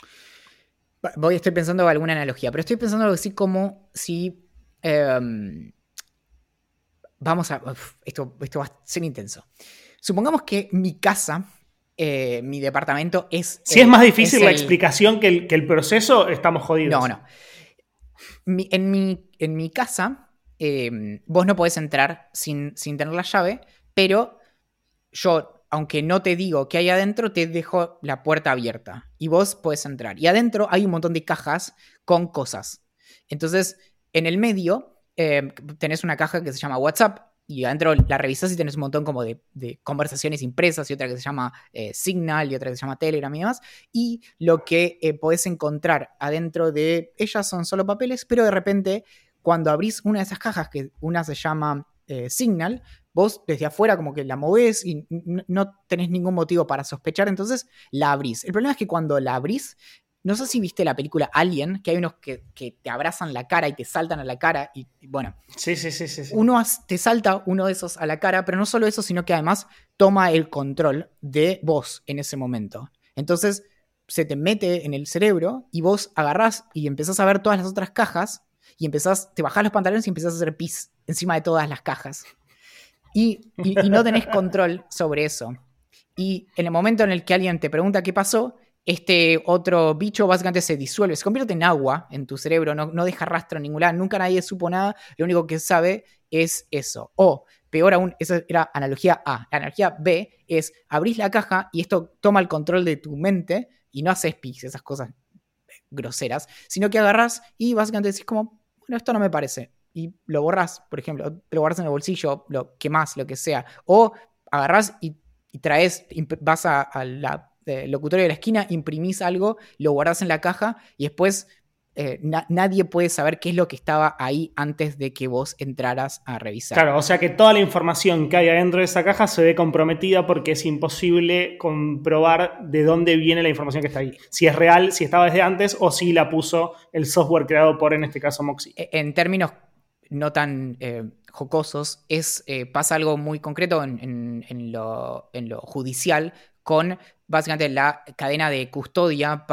Estoy pensando en alguna analogía, pero estoy pensando algo así como si... esto va a ser intenso. Supongamos que mi casa, mi departamento es... Si es más difícil la explicación que el proceso, estamos jodidos. No. En mi casa, vos no podés entrar sin tener la llave, pero yo, aunque no te digo qué hay adentro, te dejo la puerta abierta y vos podés entrar. Y adentro hay un montón de cajas con cosas. Entonces, en el medio tenés una caja que se llama WhatsApp, y adentro la revisás y tenés un montón como de conversaciones impresas y otra que se llama Signal y otra que se llama Telegram y demás. Y lo que podés encontrar adentro de ellas son solo papeles, pero de repente cuando abrís una de esas cajas, que una se llama Signal, vos desde afuera como que la movés y no tenés ningún motivo para sospechar, entonces la abrís. El problema es que cuando la abrís, no sé si viste la película Alien, que hay unos que te abrazan la cara y te saltan a la cara. Y bueno, sí. te salta uno de esos a la cara, pero no solo eso, sino que además toma el control de vos en ese momento. Entonces se te mete en el cerebro y vos agarrás y empezás a ver todas las otras cajas y te bajás los pantalones y empezás a hacer pis encima de todas las cajas. Y no tenés control sobre eso. Y en el momento en el que alguien te pregunta qué pasó, este otro bicho básicamente se disuelve, se convierte en agua en tu cerebro, no deja rastro en ningún lado, nunca nadie supo nada, lo único que sabe es eso. O, peor aún, esa era analogía A. La analogía B es, abrís la caja y esto toma el control de tu mente y no haces pis, esas cosas groseras, sino que agarrás y básicamente decís como, bueno, esto no me parece. Y lo borrás, por ejemplo, lo borrás en el bolsillo, lo quemás, lo que sea. O agarrás y traes, vas a la locutorio de la esquina, imprimís algo, lo guardás en la caja y después nadie puede saber qué es lo que estaba ahí antes de que vos entraras a revisar. Claro, o sea que toda la información que hay adentro de esa caja se ve comprometida porque es imposible comprobar de dónde viene la información que está ahí. Si es real, si estaba desde antes o si la puso el software creado por, en este caso, Moxie. En términos no tan jocosos, pasa algo muy concreto en lo judicial con básicamente la cadena de custodia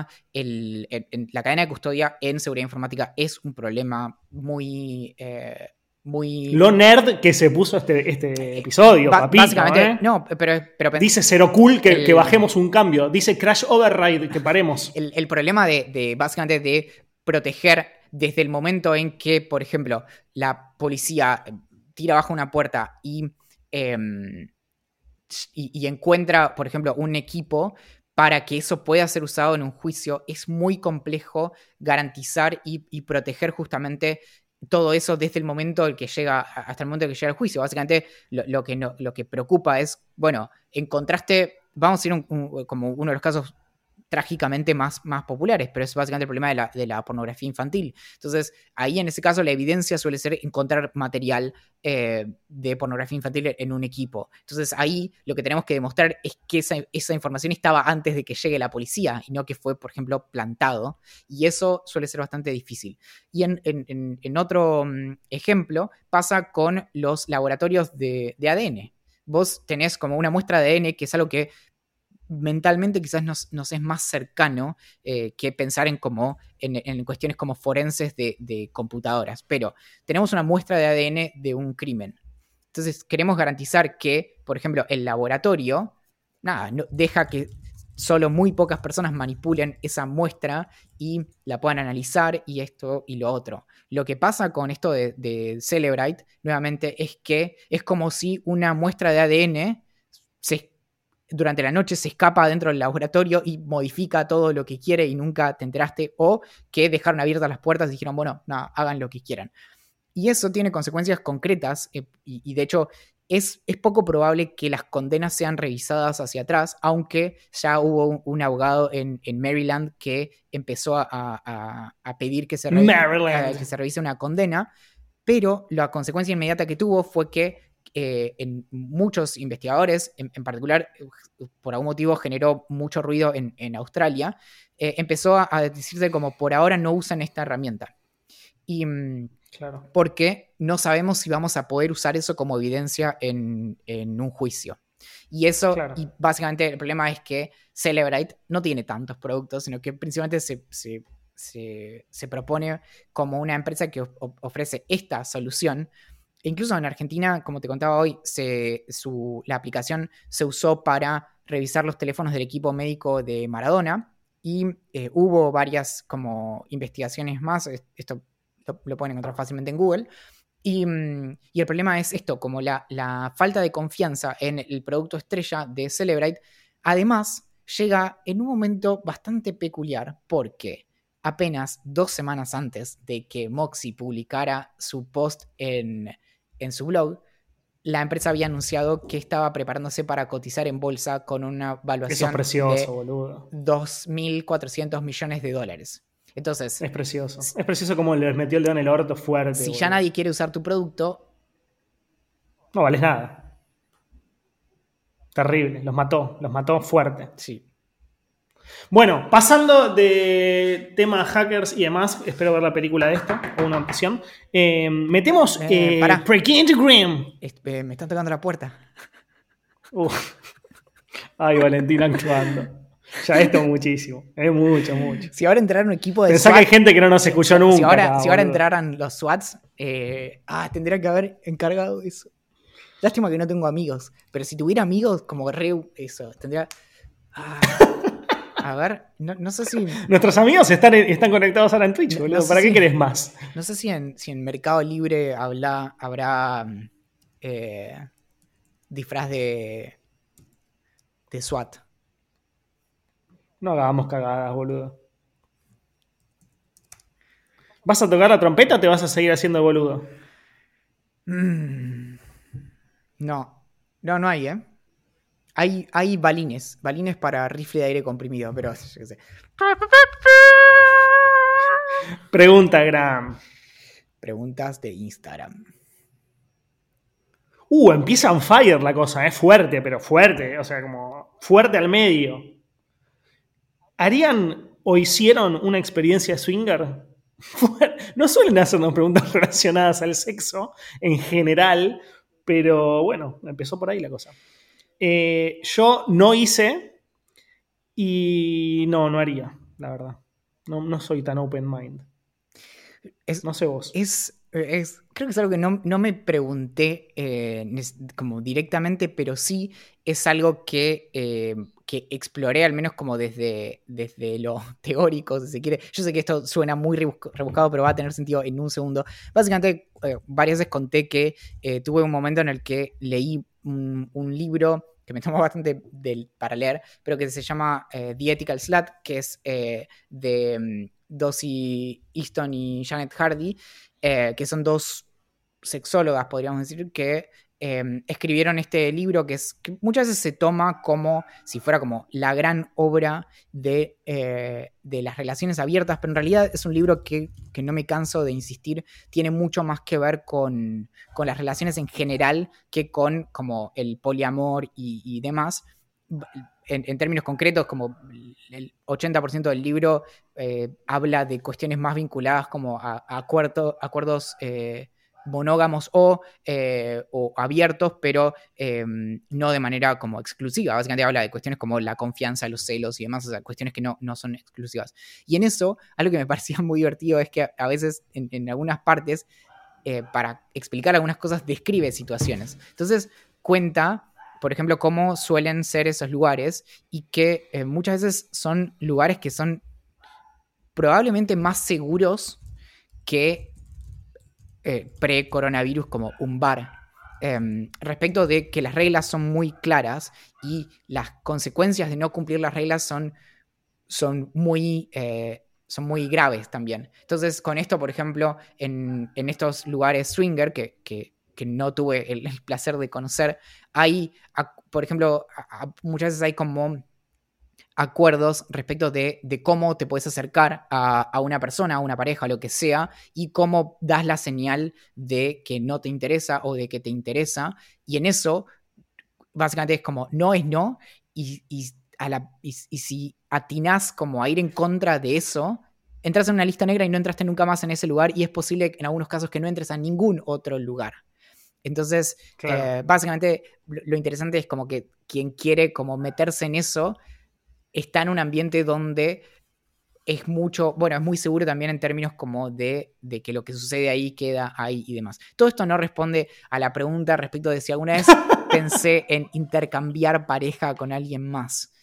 la cadena de custodia en seguridad informática es un problema muy... Lo nerd que se puso este episodio, papito. Básicamente, no, pero dice Zero Cool que bajemos un cambio. Dice Crash Override que paremos. El problema básicamente de proteger desde el momento en que, por ejemplo, la policía tira bajo una puerta y encuentra, por ejemplo, un equipo para que eso pueda ser usado en un juicio, es muy complejo garantizar y proteger justamente todo eso desde el momento en que llega, hasta el momento en que llega el juicio. Básicamente lo que preocupa es, bueno, encontraste, vamos a ir como uno de los casos trágicamente más populares, pero es básicamente el problema de la pornografía infantil. Entonces, ahí en ese caso la evidencia suele ser encontrar material de pornografía infantil en un equipo. Entonces, ahí lo que tenemos que demostrar es que esa información estaba antes de que llegue la policía y no que fue, por ejemplo, plantado. Y eso suele ser bastante difícil. Y en otro ejemplo pasa con los laboratorios de ADN. Vos tenés como una muestra de ADN que es algo que mentalmente quizás nos es más cercano que pensar en cuestiones como forenses de computadoras, pero tenemos una muestra de ADN de un crimen. Entonces queremos garantizar que, por ejemplo, el laboratorio no deja que solo muy pocas personas manipulen esa muestra y la puedan analizar y esto y lo otro. Lo que pasa con esto de Cellebrite, nuevamente, es que es como si una muestra de ADN durante la noche se escapa dentro del laboratorio y modifica todo lo que quiere y nunca te enteraste, o que dejaron abiertas las puertas y dijeron, bueno, hagan lo que quieran. Y eso tiene consecuencias concretas y de hecho es poco probable que las condenas sean revisadas hacia atrás, aunque ya hubo un abogado en Maryland que empezó a pedir que se revise una condena, pero la consecuencia inmediata que tuvo fue que en muchos investigadores, en particular, por algún motivo generó mucho ruido en Australia, empezó a decirse como por ahora no usan esta herramienta. Y claro, porque no sabemos si vamos a poder usar eso como evidencia en un juicio. Y eso, claro. Y básicamente el problema es que Cellebrite no tiene tantos productos, sino que principalmente se propone como una empresa que ofrece esta solución. Incluso en Argentina, como te contaba hoy, la aplicación se usó para revisar los teléfonos del equipo médico de Maradona y hubo varias como investigaciones más. Esto lo pueden encontrar fácilmente en Google. Y el problema es esto, como la falta de confianza en el producto estrella de Cellebrite, además llega en un momento bastante peculiar porque apenas 2 semanas antes de que Moxie publicara su post en su blog, la empresa había anunciado que estaba preparándose para cotizar en bolsa con una Eso es valuación precioso, de boludo. $2.400 millones. Entonces, Es precioso. Es precioso como les metió el dedo en el orto fuerte, si boludo. ya nadie quiere usar tu producto, No vales nada. Terrible. Los mató fuerte. sí. Bueno, pasando de tema hackers y demás, espero ver la película de esto, o una opción. Metemos Pará. Breaking into Grimm. Me están tocando la puerta. Ay, Valentín actuando. Ya esto es muchísimo. Es mucho, mucho. Si ahora entrara un equipo de Pensá SWAT, que hay gente que no nos escuchó nunca. si ahora boludo. entraran los SWATs, tendría que haber encargado eso. Lástima que no tengo amigos. Pero si tuviera amigos, como eso, tendría. A ver, no sé si. Nuestros amigos están conectados ahora en Twitch, boludo. No sé ¿Para qué si- querés más? No sé si en Mercado Libre habrá disfraz de SWAT. No hagamos cagadas, boludo. ¿Vas a tocar la trompeta o te vas a seguir haciendo boludo? No hay, ¿eh? Hay balines para rifle de aire comprimido, pero yo qué sé. Pregunta Graham. Preguntas de Instagram. Empieza on fire la cosa, fuerte, pero fuerte. O sea, como fuerte al medio. ¿Harían o hicieron una experiencia swinger? No suelen hacernos preguntas relacionadas al sexo en general, pero bueno, empezó por ahí la cosa. Yo no hice y no haría, la verdad. No soy tan open mind. No sé vos. Creo que es algo que no me pregunté como directamente, pero sí es algo que exploré, al menos como desde lo teórico, si se quiere. Yo sé que esto suena muy rebuscado, pero va a tener sentido en un segundo. Básicamente, varias veces conté que tuve un momento en el que leí un libro que me tomó bastante para leer, pero que se llama The Ethical Slut, que es de Dossie Easton y Janet Hardy, que son dos sexólogas, podríamos decir, que escribieron este libro que muchas veces se toma como si fuera como la gran obra de las relaciones abiertas, pero en realidad es un libro que no me canso de insistir, tiene mucho más que ver con las relaciones en general que con como el poliamor y demás. En términos concretos, como el 80% del libro habla de cuestiones más vinculadas como a acuerdos monógamos o abiertos, pero no de manera como exclusiva. Básicamente habla de cuestiones como la confianza, los celos y demás, o sea, cuestiones que no son exclusivas. Y en eso, algo que me parecía muy divertido es que a veces en algunas partes, para explicar algunas cosas, describe situaciones. Entonces, cuenta, por ejemplo, cómo suelen ser esos lugares y que muchas veces son lugares que son probablemente más seguros que pre-coronavirus, como un bar. Respecto de que las reglas son muy claras y las consecuencias de no cumplir las reglas son muy graves también. Entonces, con esto, por ejemplo, en estos lugares swinger que no tuve el placer de conocer, hay, por ejemplo, muchas veces hay como acuerdos respecto de cómo te puedes acercar a una persona, a una pareja, lo que sea, y cómo das la señal de que no te interesa o de que te interesa. Y en eso, básicamente es como no es no, y si atinás como a ir en contra de eso, entras en una lista negra y no entraste nunca más en ese lugar, y es posible en algunos casos que no entres a ningún otro lugar. Entonces, claro, básicamente lo interesante es como que quien quiere como meterse en eso está en un ambiente donde es muy seguro también en términos como de que lo que sucede ahí queda ahí y demás. Todo esto no responde a la pregunta respecto de si alguna vez pensé en intercambiar pareja con alguien más.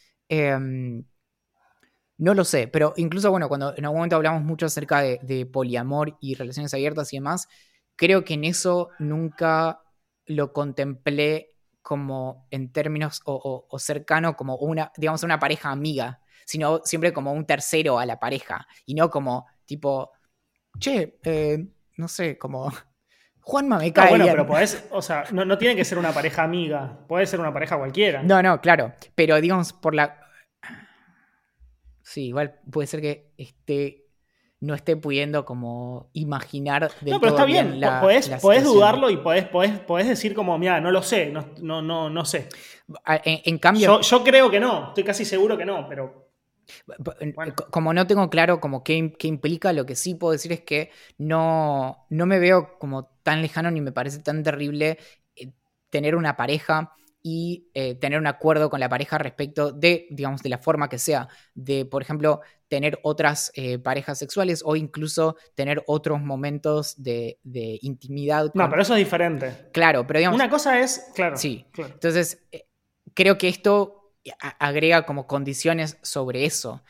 No lo sé, pero incluso, cuando en algún momento hablamos mucho acerca de poliamor y relaciones abiertas y demás, creo que en eso nunca lo contemplé como en términos o cercano como una pareja amiga, sino siempre como un tercero a la pareja y no como tipo, che, no sé, como Juanma me No, cae bueno, bien. pero podés, o sea, no tiene que ser una pareja amiga, puede ser una pareja cualquiera. No, claro. Pero digamos, por la. Sí, igual puede ser que no esté pudiendo como imaginar No, del pero está todo bien, bien la podés situación. dudarlo y podés decir como, mira, no lo sé, no sé. En cambio, Yo creo que no, estoy casi seguro que no, pero bueno. como no tengo claro como qué implica, lo que sí puedo decir es que no me veo como tan lejano ni me parece tan terrible tener una pareja y tener un acuerdo con la pareja respecto de, digamos, de la forma que sea, de, por ejemplo, tener otras parejas sexuales o incluso tener otros momentos de intimidad No, con. pero eso es diferente. Claro, pero digamos, Una cosa es, claro, sí. claro. Entonces, creo que esto agrega como condiciones sobre eso.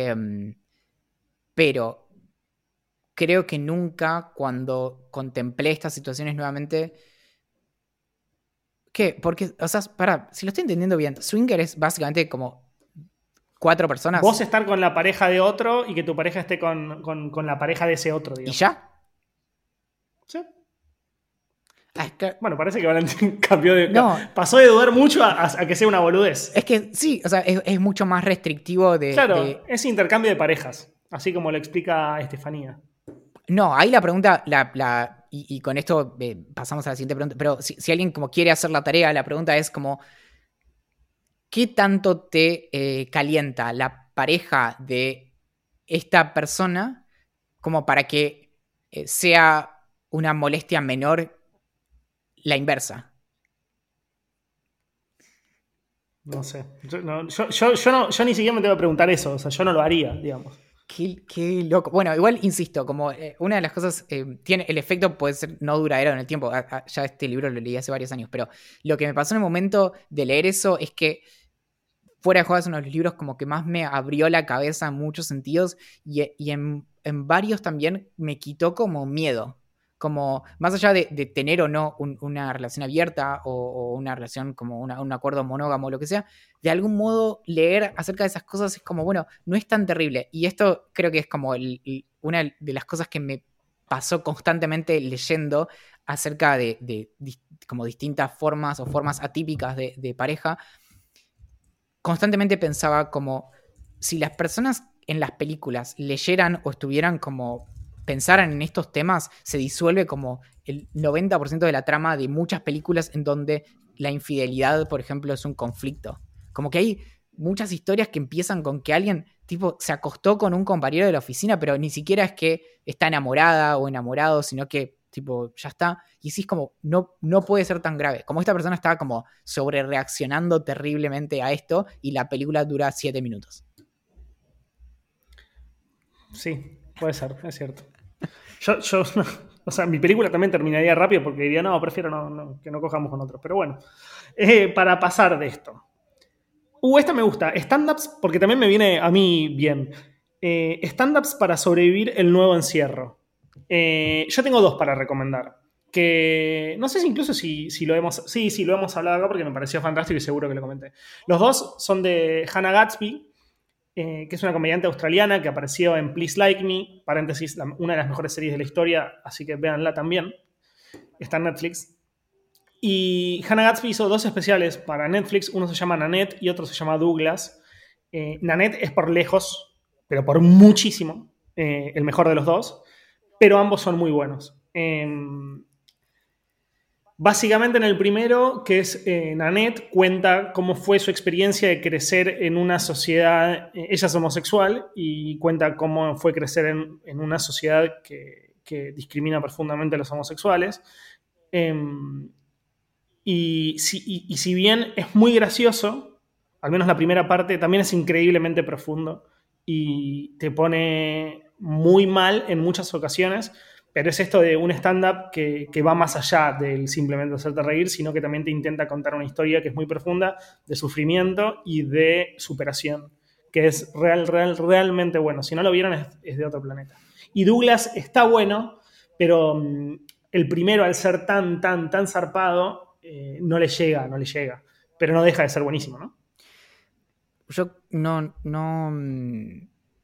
Pero creo que nunca cuando contemplé estas situaciones nuevamente. ¿Qué? Porque, o sea, si lo estoy entendiendo bien, swinger es básicamente como 4 personas Vos estar con la pareja de otro y que tu pareja esté con la pareja de ese otro, y digamos. ya. ¿Sí? Es que, Bueno, parece que Valentín cambió de. no, Pasó de dudar mucho a que sea una boludez. es que sí, o sea, es mucho más restrictivo Claro, es intercambio de parejas, así como lo explica Estefanía. No, ahí la pregunta, y con esto pasamos a la siguiente pregunta, pero si alguien como quiere hacer la tarea, la pregunta es como, ¿qué tanto te calienta la pareja de esta persona como para que sea una molestia menor la inversa? No sé. Yo ni siquiera me tengo que preguntar eso. O sea, yo no lo haría, digamos. Qué loco. Bueno, igual insisto, como una de las cosas tiene el efecto puede ser no duradero en el tiempo. Ya este libro lo leí hace varios años, pero lo que me pasó en el momento de leer eso es que fuera de juego es uno de los libros como que más me abrió la cabeza en muchos sentidos y en varios también me quitó como miedo. Como más allá de tener o no una relación abierta o una relación como un acuerdo monógamo o lo que sea, de algún modo leer acerca de esas cosas es como, bueno, no es tan terrible. Y esto creo que es como una de las cosas que me pasó constantemente leyendo acerca de como distintas formas o formas atípicas de pareja. Constantemente pensaba como si las personas en las películas leyeran o estuvieran como pensaran en estos temas, se disuelve como el 90% de la trama de muchas películas en donde la infidelidad, por ejemplo, es un conflicto. Como que hay muchas historias que empiezan con que alguien tipo se acostó con un compañero de la oficina, pero ni siquiera es que está enamorada o enamorado, sino que tipo ya está. Y sí es como, no puede ser tan grave. Como esta persona estaba como sobre reaccionando terriblemente a esto y la película dura 7 minutos. Sí, puede ser, es cierto. O sea, mi película también terminaría rápido porque diría, no, prefiero que no cojamos con otros. Pero bueno, para pasar de esto. Esta me gusta. Stand-ups, porque también me viene a mí bien. Stand-ups para sobrevivir el nuevo encierro. Yo tengo dos para recomendar. Que no sé si incluso si lo hemos. Sí, sí, lo hemos hablado acá porque me pareció fantástico y seguro que lo comenté. Los dos son de Hannah Gatsby, que es una comediante australiana que apareció en Please Like Me, paréntesis, una de las mejores series de la historia, así que véanla también. Está en Netflix. Y Hannah Gatsby hizo dos especiales para Netflix. Uno se llama Nanette y otro se llama Douglas. Nanette es por lejos, pero por muchísimo, el mejor de los dos. Pero ambos son muy buenos. Básicamente en el primero, que es Nanette, cuenta cómo fue su experiencia de crecer en una sociedad, ella es homosexual, y cuenta cómo fue crecer en una sociedad que discrimina profundamente a los homosexuales. Y si bien es muy gracioso, al menos la primera parte, también es increíblemente profundo y te pone muy mal en muchas ocasiones, pero es esto de un stand-up que va más allá del simplemente hacerte reír, sino que también te intenta contar una historia que es muy profunda de sufrimiento y de superación, que es realmente bueno. Si no lo vieron, es de otro planeta. Y Douglas está bueno, pero el primero, al ser tan zarpado, no le llega. Pero no deja de ser buenísimo, ¿no? Yo no.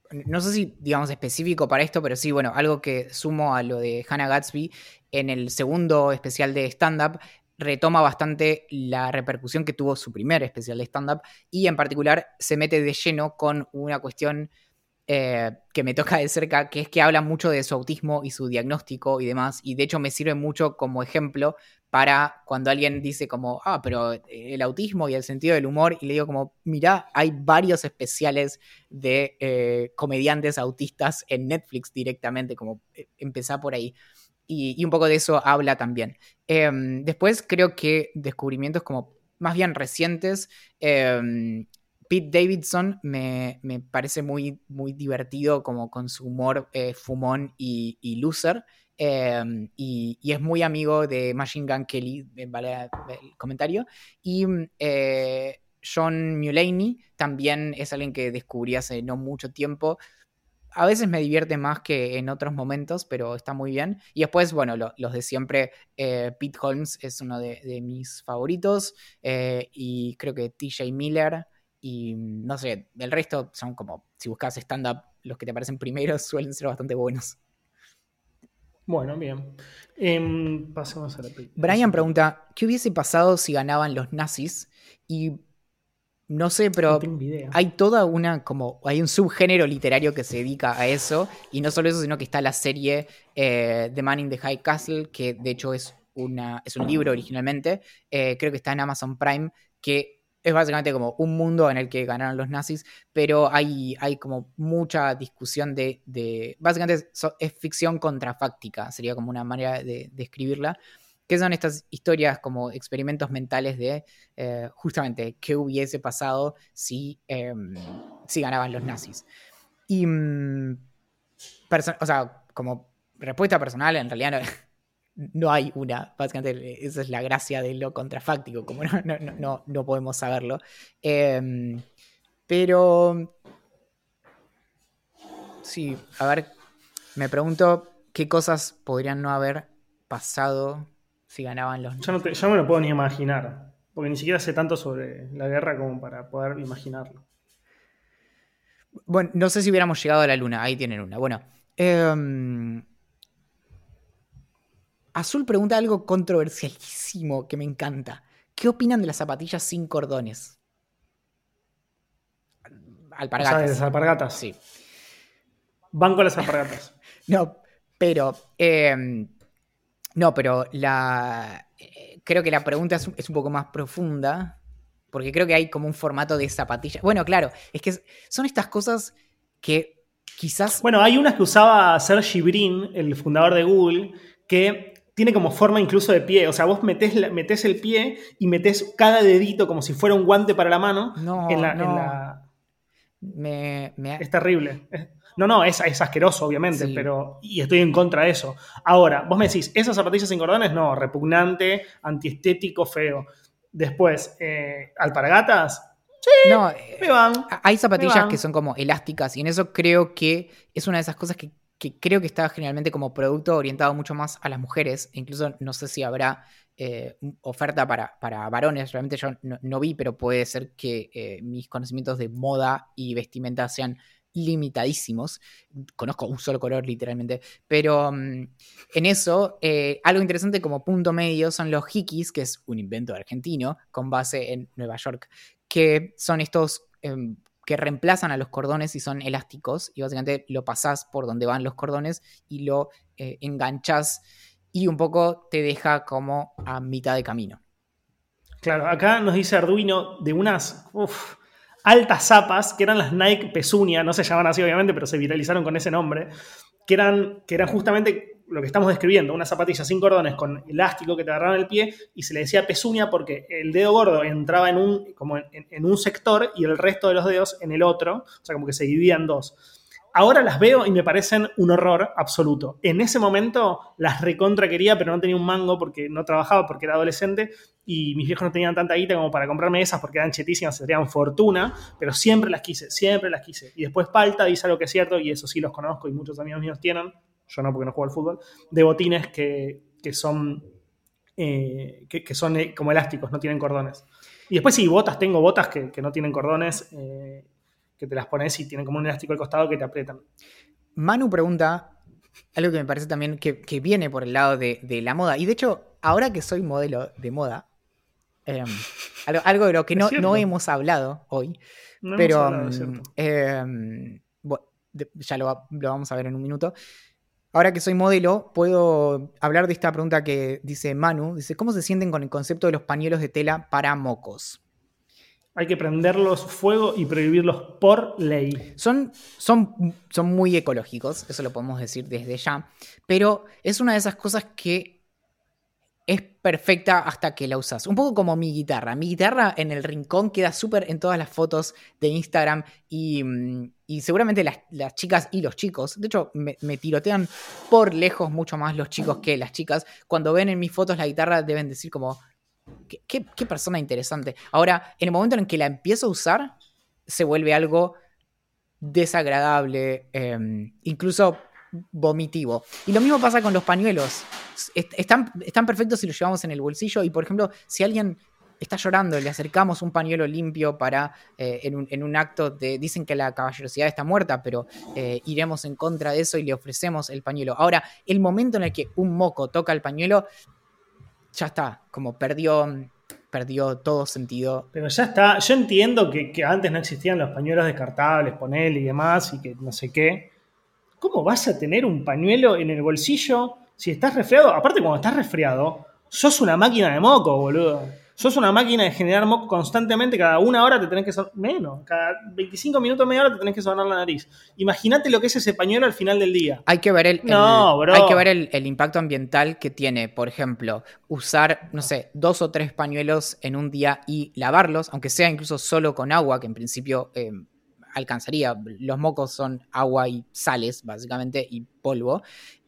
no sé si, digamos, específico para esto, pero sí, bueno, algo que sumo a lo de Hannah Gatsby, en el segundo especial de stand-up retoma bastante la repercusión que tuvo su primer especial de stand-up y en particular se mete de lleno con una cuestión que me toca de cerca, que es que habla mucho de su autismo y su diagnóstico y demás, y de hecho me sirve mucho como ejemplo para cuando alguien dice como, pero el autismo y el sentido del humor, y le digo como, mirá, hay varios especiales de comediantes autistas en Netflix directamente, como empezá por ahí. Y un poco de eso habla también. Después creo que descubrimientos como más bien recientes, Pete Davidson me parece muy, muy divertido como con su humor fumón y loser. Y es muy amigo de Machine Gun Kelly, vale el comentario. Y John Mulaney también es alguien que descubrí hace no mucho tiempo. A veces me divierte más que en otros momentos, pero está muy bien. Y después, bueno, los de siempre, Pete Holmes es uno de mis favoritos, y creo que TJ Miller, y no sé, el resto son como, si buscas stand-up, los que te aparecen primero suelen ser bastante buenos. Bueno, bien. Pasemos a la Brian siguiente. pregunta, ¿qué hubiese pasado si ganaban los nazis? Y no sé, No pero tengo idea. hay toda una, como, hay un subgénero literario que se dedica a eso, y no solo eso, sino que está la serie The Man in the High Castle, que de hecho es un libro originalmente, creo que está en Amazon Prime, que es básicamente como un mundo en el que ganaron los nazis, pero hay como mucha discusión básicamente es ficción contrafáctica, sería como una manera de escribirla, que son estas historias como experimentos mentales de justamente qué hubiese pasado si ganaban los nazis. Y, o sea, como respuesta personal, en realidad no hay una. Básicamente, esa es la gracia de lo contrafáctico, como no podemos saberlo. Pero, sí, a ver, me pregunto qué cosas podrían no haber pasado si ganaban los nazis. Ya me lo puedo ni imaginar. Porque ni siquiera sé tanto sobre la guerra como para poder imaginarlo. Bueno, no sé si hubiéramos llegado a la luna. Ahí tienen una. Bueno. Azul pregunta algo controversialísimo que me encanta. ¿Qué opinan de las zapatillas sin cordones? O sea, de las Alpargatas. alpargatas. Sí. Banco las alpargatas. No, pero. No, pero creo que la pregunta es un poco más profunda. Porque creo que hay como un formato de zapatilla. Bueno, claro, es que son estas cosas que quizás. Bueno, hay unas que usaba Sergey Brin, el fundador de Google, que tiene como forma incluso de pie. O sea, vos metés el pie y metés cada dedito como si fuera un guante para la mano. No. Es terrible. No, es asqueroso, obviamente, Sí. pero. Y estoy en contra de eso. Ahora, vos me decís, esas zapatillas sin cordones, no, repugnante, antiestético, feo. Después, alpargatas, No, me van, hay me zapatillas que van. son como elásticas y en eso creo que es una de esas cosas que creo que está generalmente como producto orientado mucho más a las mujeres. Incluso no sé si habrá oferta para varones. Realmente yo no vi, pero puede ser que mis conocimientos de moda y vestimenta sean limitadísimos. Conozco un solo color literalmente. Pero en eso, algo interesante como punto medio son los hikis, que es un invento argentino con base en Nueva York, que son estos que reemplazan a los cordones y son elásticos, y básicamente lo pasás por donde van los cordones y lo enganchás y un poco te deja como a mitad de camino. Claro, acá nos dice Arduino de unas altas zapas que eran las Nike Pezuña, no se llaman así obviamente, pero se viralizaron con ese nombre, que eran justamente lo que estamos describiendo, una zapatilla sin cordones con elástico que te agarraban el pie y se le decía pezuña porque el dedo gordo entraba en un sector y el resto de los dedos en el otro, o sea, como que se dividían en dos. Ahora las veo y me parecen un horror absoluto. En ese momento las recontra quería, pero no tenía un mango porque no trabajaba, porque era adolescente y mis viejos no tenían tanta guita como para comprarme esas porque eran chetísimas, serían fortuna, pero siempre las quise, siempre las quise. Y después Palta dice algo que es cierto, y eso sí los conozco y muchos amigos míos tienen, yo no porque no juego al fútbol, de botines que son, que son como elásticos, no tienen cordones. Y después sí, tengo botas que no tienen cordones, que te las pones y tienen como un elástico al costado que te aprietan. Manu pregunta algo que me parece también que viene por el lado de la moda. Y de hecho, ahora que soy modelo de moda, algo de lo que no hemos hablado hoy, No pero hemos hablado, es cierto. Ya lo vamos a ver en un minuto. Ahora que soy modelo, puedo hablar de esta pregunta que dice Manu. Dice, ¿cómo se sienten con el concepto de los pañuelos de tela para mocos? Hay que prenderlos fuego y prohibirlos por ley. Son muy ecológicos, eso lo podemos decir desde ya, pero es una de esas cosas que es perfecta hasta que la usas. Un poco como mi guitarra. Mi guitarra en el rincón queda súper en todas las fotos de Instagram y seguramente las chicas y los chicos, de hecho me tirotean por lejos mucho más los chicos que las chicas. Cuando ven en mis fotos la guitarra deben decir como, ¿qué persona interesante? Ahora, en el momento en que la empiezo a usar, se vuelve algo desagradable, incluso vomitivo. Y lo mismo pasa con los pañuelos. Están perfectos si los llevamos en el bolsillo y, por ejemplo, si alguien está llorando, le acercamos un pañuelo limpio para en un acto de... Dicen que la caballerosidad está muerta, pero iremos en contra de eso y le ofrecemos el pañuelo. Ahora, el momento en el que un moco toca el pañuelo, ya está, como perdió todo sentido. Pero ya está. Yo entiendo que antes no existían los pañuelos descartables, ponele y demás, y que no sé qué. ¿Cómo vas a tener un pañuelo en el bolsillo si estás resfriado? Aparte, cuando estás resfriado, sos una máquina de moco, boludo. Sos una máquina de generar moco constantemente. Cada una hora te tenés que sonar, menos, cada 25 minutos, media hora te tenés que sonar la nariz. Imagínate lo que es ese pañuelo al final del día. Hay que ver hay que ver el impacto ambiental que tiene, por ejemplo, usar, no sé, 2 o 3 pañuelos en un día y lavarlos, aunque sea incluso solo con agua, que en principio alcanzaría. Los mocos son agua y sales, básicamente, y polvo,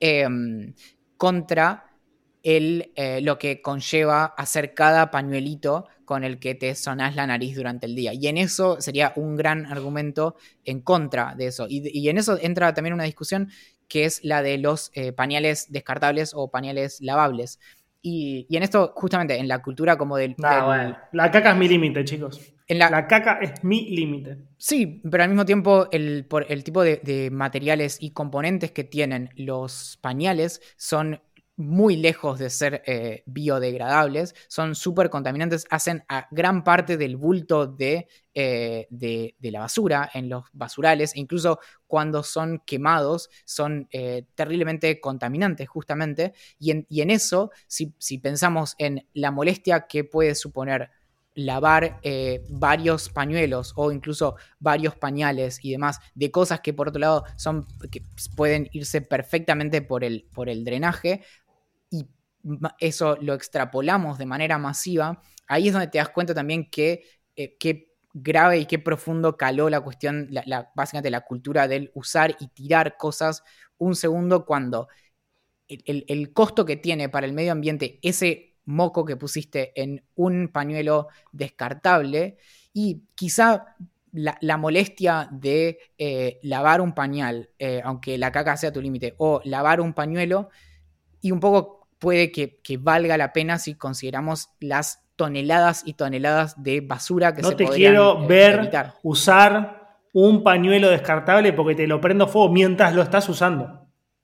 contra lo que conlleva hacer cada pañuelito con el que te sonás la nariz durante el día. Y en eso sería un gran argumento en contra de eso. Y en eso entra también una discusión que es la de los pañales descartables o pañales lavables. Y en esto, justamente, en la cultura como bueno. La caca es mi límite, chicos. La caca es mi límite. Sí, pero al mismo tiempo, por el tipo de materiales y componentes que tienen los pañales son muy lejos de ser biodegradables, son súper contaminantes, hacen a gran parte del bulto de la basura en los basurales, e incluso cuando son quemados son terriblemente contaminantes justamente, y en eso, si pensamos en la molestia que puede suponer lavar varios pañuelos o incluso varios pañales y demás de cosas que por otro lado que pueden irse perfectamente por el drenaje, y eso lo extrapolamos de manera masiva, ahí es donde te das cuenta también qué grave y qué profundo caló la cuestión, básicamente la cultura del usar y tirar cosas un segundo, cuando el costo que tiene para el medio ambiente ese moco que pusiste en un pañuelo descartable, y quizá la molestia de lavar un pañal, aunque la caca sea tu límite, o lavar un pañuelo, y un poco puede que valga la pena si consideramos las toneladas y toneladas de basura que se podrían evitar. No te quiero ver usar un pañuelo descartable porque te lo prendo fuego mientras lo estás usando.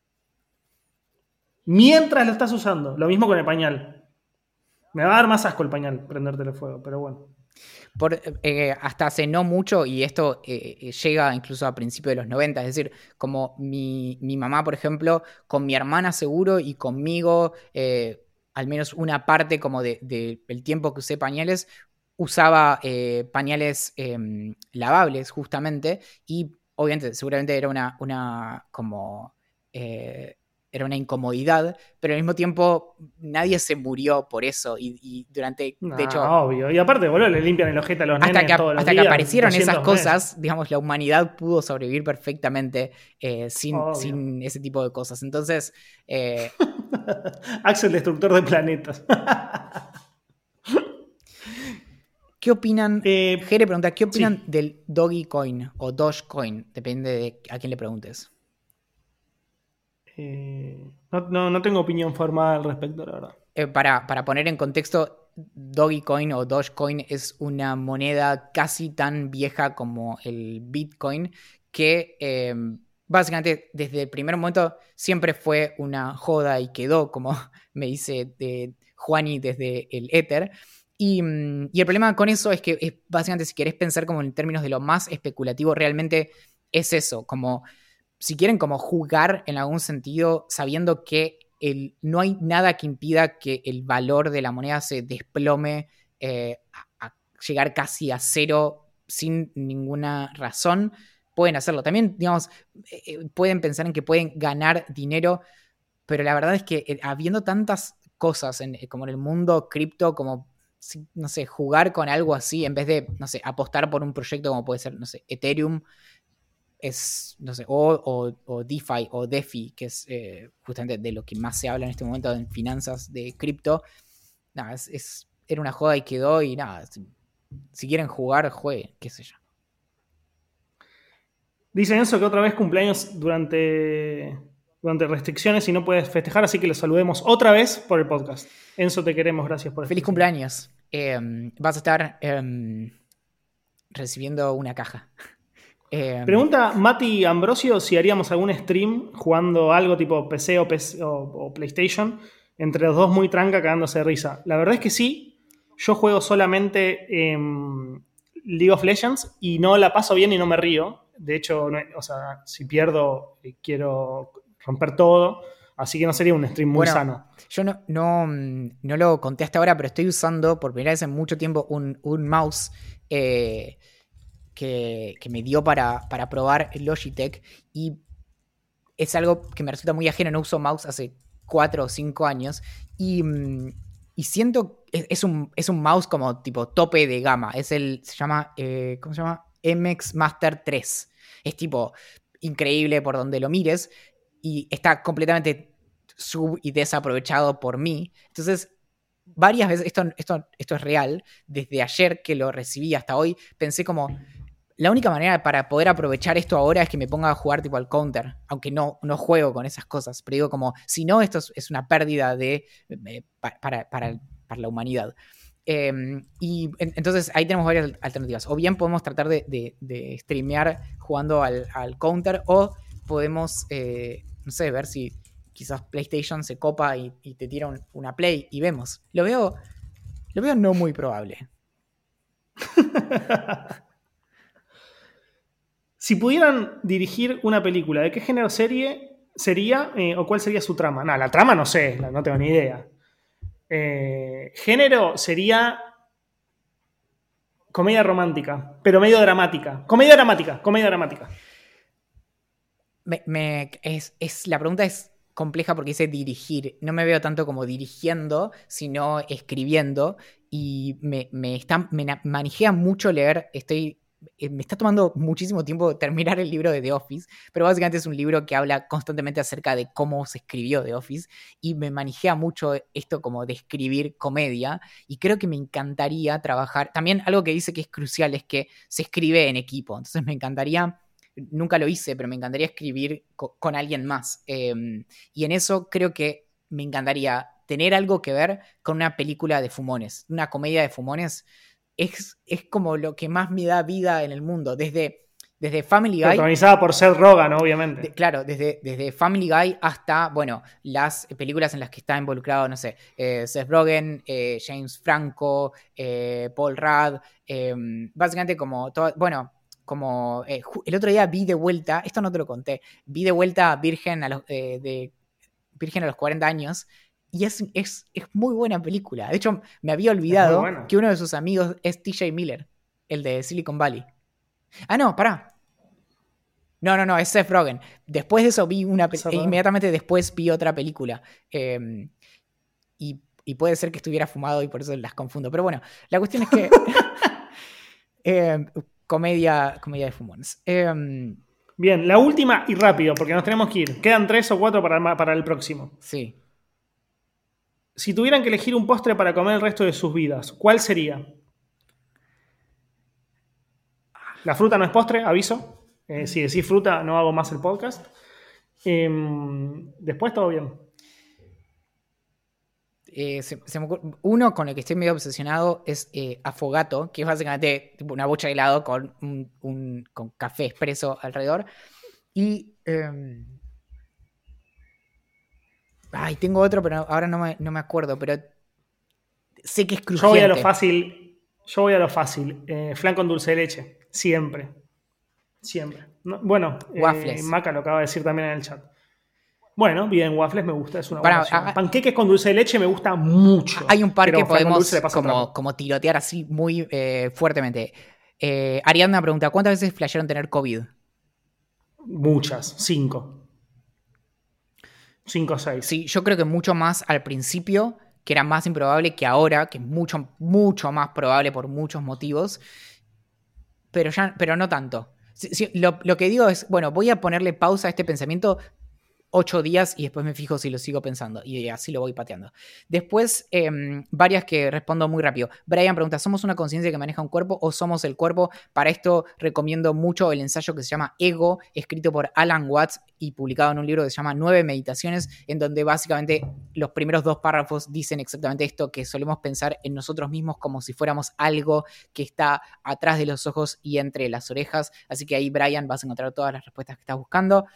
Mientras lo estás usando. Lo mismo con el pañal. Me va a dar más asco el pañal prendértelo fuego, pero bueno. Hasta hace no mucho, y esto llega incluso a principios de los 90, es decir, como mi mamá, por ejemplo, con mi hermana seguro y conmigo, al menos una parte como del tiempo que usé pañales, usaba pañales lavables justamente, y obviamente seguramente era una como... era una incomodidad, pero al mismo tiempo nadie se murió por eso, y durante, de hecho... Obvio, y aparte, boludo, le limpian el ojete a los nenes todos los días. Hasta que aparecieron esas cosas, digamos, la humanidad pudo sobrevivir perfectamente sin ese tipo de cosas. Entonces... Axel, destructor de planetas. ¿Qué opinan? Jere pregunta, ¿qué opinan del Dogecoin o Dogecoin? Depende de a quién le preguntes. No tengo opinión formada al respecto, la verdad. Para poner en contexto, Dogecoin o Dogecoin es una moneda casi tan vieja como el Bitcoin que básicamente desde el primer momento siempre fue una joda y quedó, como me dice Juani desde el Ether. Y el problema con eso es que básicamente si querés pensar como en términos de lo más especulativo, realmente es eso, como si quieren como jugar en algún sentido sabiendo que no hay nada que impida que el valor de la moneda se desplome a llegar casi a cero sin ninguna razón, pueden hacerlo. También, digamos, pueden pensar en que pueden ganar dinero, pero la verdad es que habiendo tantas cosas como en el mundo cripto, como, no sé, jugar con algo así en vez de, no sé, apostar por un proyecto como puede ser, no sé, Ethereum, es, no sé, o DeFi o DeFi, que es justamente de lo que más se habla en este momento en finanzas de cripto. Nada, era una joda y quedó y nada, si quieren jugar, jueguen, qué sé yo. Dice Enzo que otra vez cumpleaños durante restricciones y no puedes festejar, así que lo saludemos otra vez por el podcast. Enzo, te queremos, gracias por Feliz cumpleaños. Vas a estar recibiendo una caja. Pregunta Mati Ambrosio si haríamos algún stream jugando algo tipo PC o PlayStation, entre los dos muy tranca cagándose de risa. La verdad es que sí, yo juego solamente League of Legends y no la paso bien y no me río. De hecho, o sea, si pierdo quiero romper todo, así que no sería un stream muy sano. Yo no lo conté hasta ahora, pero estoy usando por primera vez en mucho tiempo un mouse que me dio para probar el Logitech y es algo que me resulta muy ajeno. No uso mouse hace 4 o 5 años y siento es un mouse como tipo tope de gama. Se llama, ¿cómo se llama? MX Master 3. Es tipo increíble por donde lo mires y está completamente sub y desaprovechado por mí. Entonces, varias veces, esto es real, desde ayer que lo recibí hasta hoy, pensé como, la única manera para poder aprovechar esto ahora es que me ponga a jugar tipo al Counter, aunque no juego con esas cosas, pero digo como, si no, esto es una pérdida para la humanidad. Y entonces ahí tenemos varias alternativas. O bien podemos tratar de streamear jugando al Counter, o podemos, no sé, ver si quizás PlayStation se copa y te tira una Play y vemos. Lo veo no muy probable. Si pudieran dirigir una película, ¿de qué género sería o cuál sería su trama? No, la trama no sé, no tengo ni idea. Género sería comedia romántica, pero medio dramática. Comedia dramática. La pregunta es compleja porque dice dirigir. No me veo tanto como dirigiendo, sino escribiendo. Y me manijea mucho leer. Me está tomando muchísimo tiempo terminar el libro de The Office, pero básicamente es un libro que habla constantemente acerca de cómo se escribió The Office y me manijea mucho esto como de escribir comedia y creo que me encantaría trabajar. También algo que dice que es crucial es que se escribe en equipo, entonces me encantaría, nunca lo hice, pero me encantaría escribir con alguien más y en eso creo que me encantaría tener algo que ver con una película de fumones, una comedia de fumones. Es como lo que más me da vida en el mundo. Desde Family Guy. Protagonizada por Seth Rogen, obviamente. Claro, desde Family Guy hasta, bueno, las películas en las que está involucrado, no sé, Seth Rogen, James Franco, Paul Rudd. Básicamente como todo, bueno, como el otro día vi de vuelta, esto no te lo conté, vi de vuelta Virgen a los 40 años. Y es muy buena película. De hecho, me había olvidado que uno de sus amigos es TJ Miller, el de Silicon Valley. Ah, no, pará. No, es Seth Rogen. Después de eso vi inmediatamente después vi otra película. Y puede ser que estuviera fumado y por eso las confundo. Pero bueno, la cuestión es que... comedia de fumones. Bien, la última y rápido, porque nos tenemos que ir. Quedan 3 o 4 para el próximo. Sí. Si tuvieran que elegir un postre para comer el resto de sus vidas, ¿cuál sería? La fruta no es postre, aviso. Si decís fruta, no hago más el podcast. Después todo bien. Uno con el que estoy medio obsesionado es Affogato, que es básicamente tipo una bocha de helado con con café expreso alrededor. Y tengo otro, pero ahora no me acuerdo, pero sé que es crujiente. Yo voy a lo fácil. Flan con dulce de leche. Siempre. No, bueno, Waffles. Maca lo acaba de decir también en el chat. Bueno, bien, waffles me gusta, es una buena opción. Panqueques con dulce de leche me gusta mucho. Hay un par que podemos como tirotear así muy fuertemente. Ariadna pregunta, ¿cuántas veces flashearon tener COVID? Muchas, 5. 5 o 6. Sí, yo creo que mucho más al principio, que era más improbable que ahora, que es mucho, mucho más probable por muchos motivos, pero no tanto. Lo que digo es, bueno, voy a ponerle pausa a este pensamiento 8 días y después me fijo si lo sigo pensando y así lo voy pateando. Después, varias que respondo muy rápido. Brian pregunta, ¿somos una conciencia que maneja un cuerpo o somos el cuerpo? Para esto recomiendo mucho el ensayo que se llama Ego, escrito por Alan Watts y publicado en un libro que se llama 9 meditaciones, en donde básicamente los primeros 2 párrafos dicen exactamente esto, que solemos pensar en nosotros mismos como si fuéramos algo que está atrás de los ojos y entre las orejas. Así que ahí, Brian, vas a encontrar todas las respuestas que estás buscando.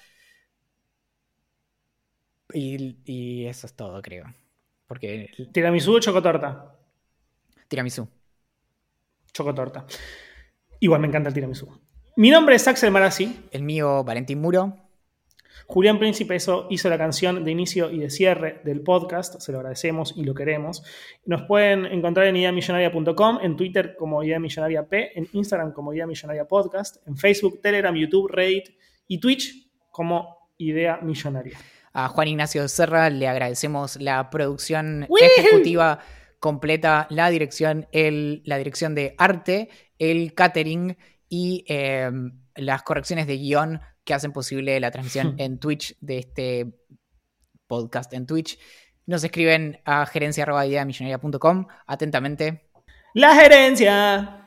Y eso es todo, creo. Porque... ¿Tiramisú o chocotorta? Tiramisú. Chocotorta. Igual me encanta el tiramisú. Mi nombre es Axel Marazzi. El mío, Valentín Muro. Julián Príncipe hizo la canción de inicio y de cierre del podcast. Se lo agradecemos y lo queremos. Nos pueden encontrar en ideamillonaria.com, en Twitter como Idea Millonaria P, en Instagram como Idea Millonaria Podcast, en Facebook, Telegram, YouTube, Reddit y Twitch como Idea Millonaria. A Juan Ignacio Serra le agradecemos la producción ejecutiva completa, la dirección de arte, el catering y las correcciones de guión que hacen posible la transmisión en Twitch de este podcast en Twitch. Nos escriben a gerencia@ideamillonaria.com. Atentamente. La gerencia.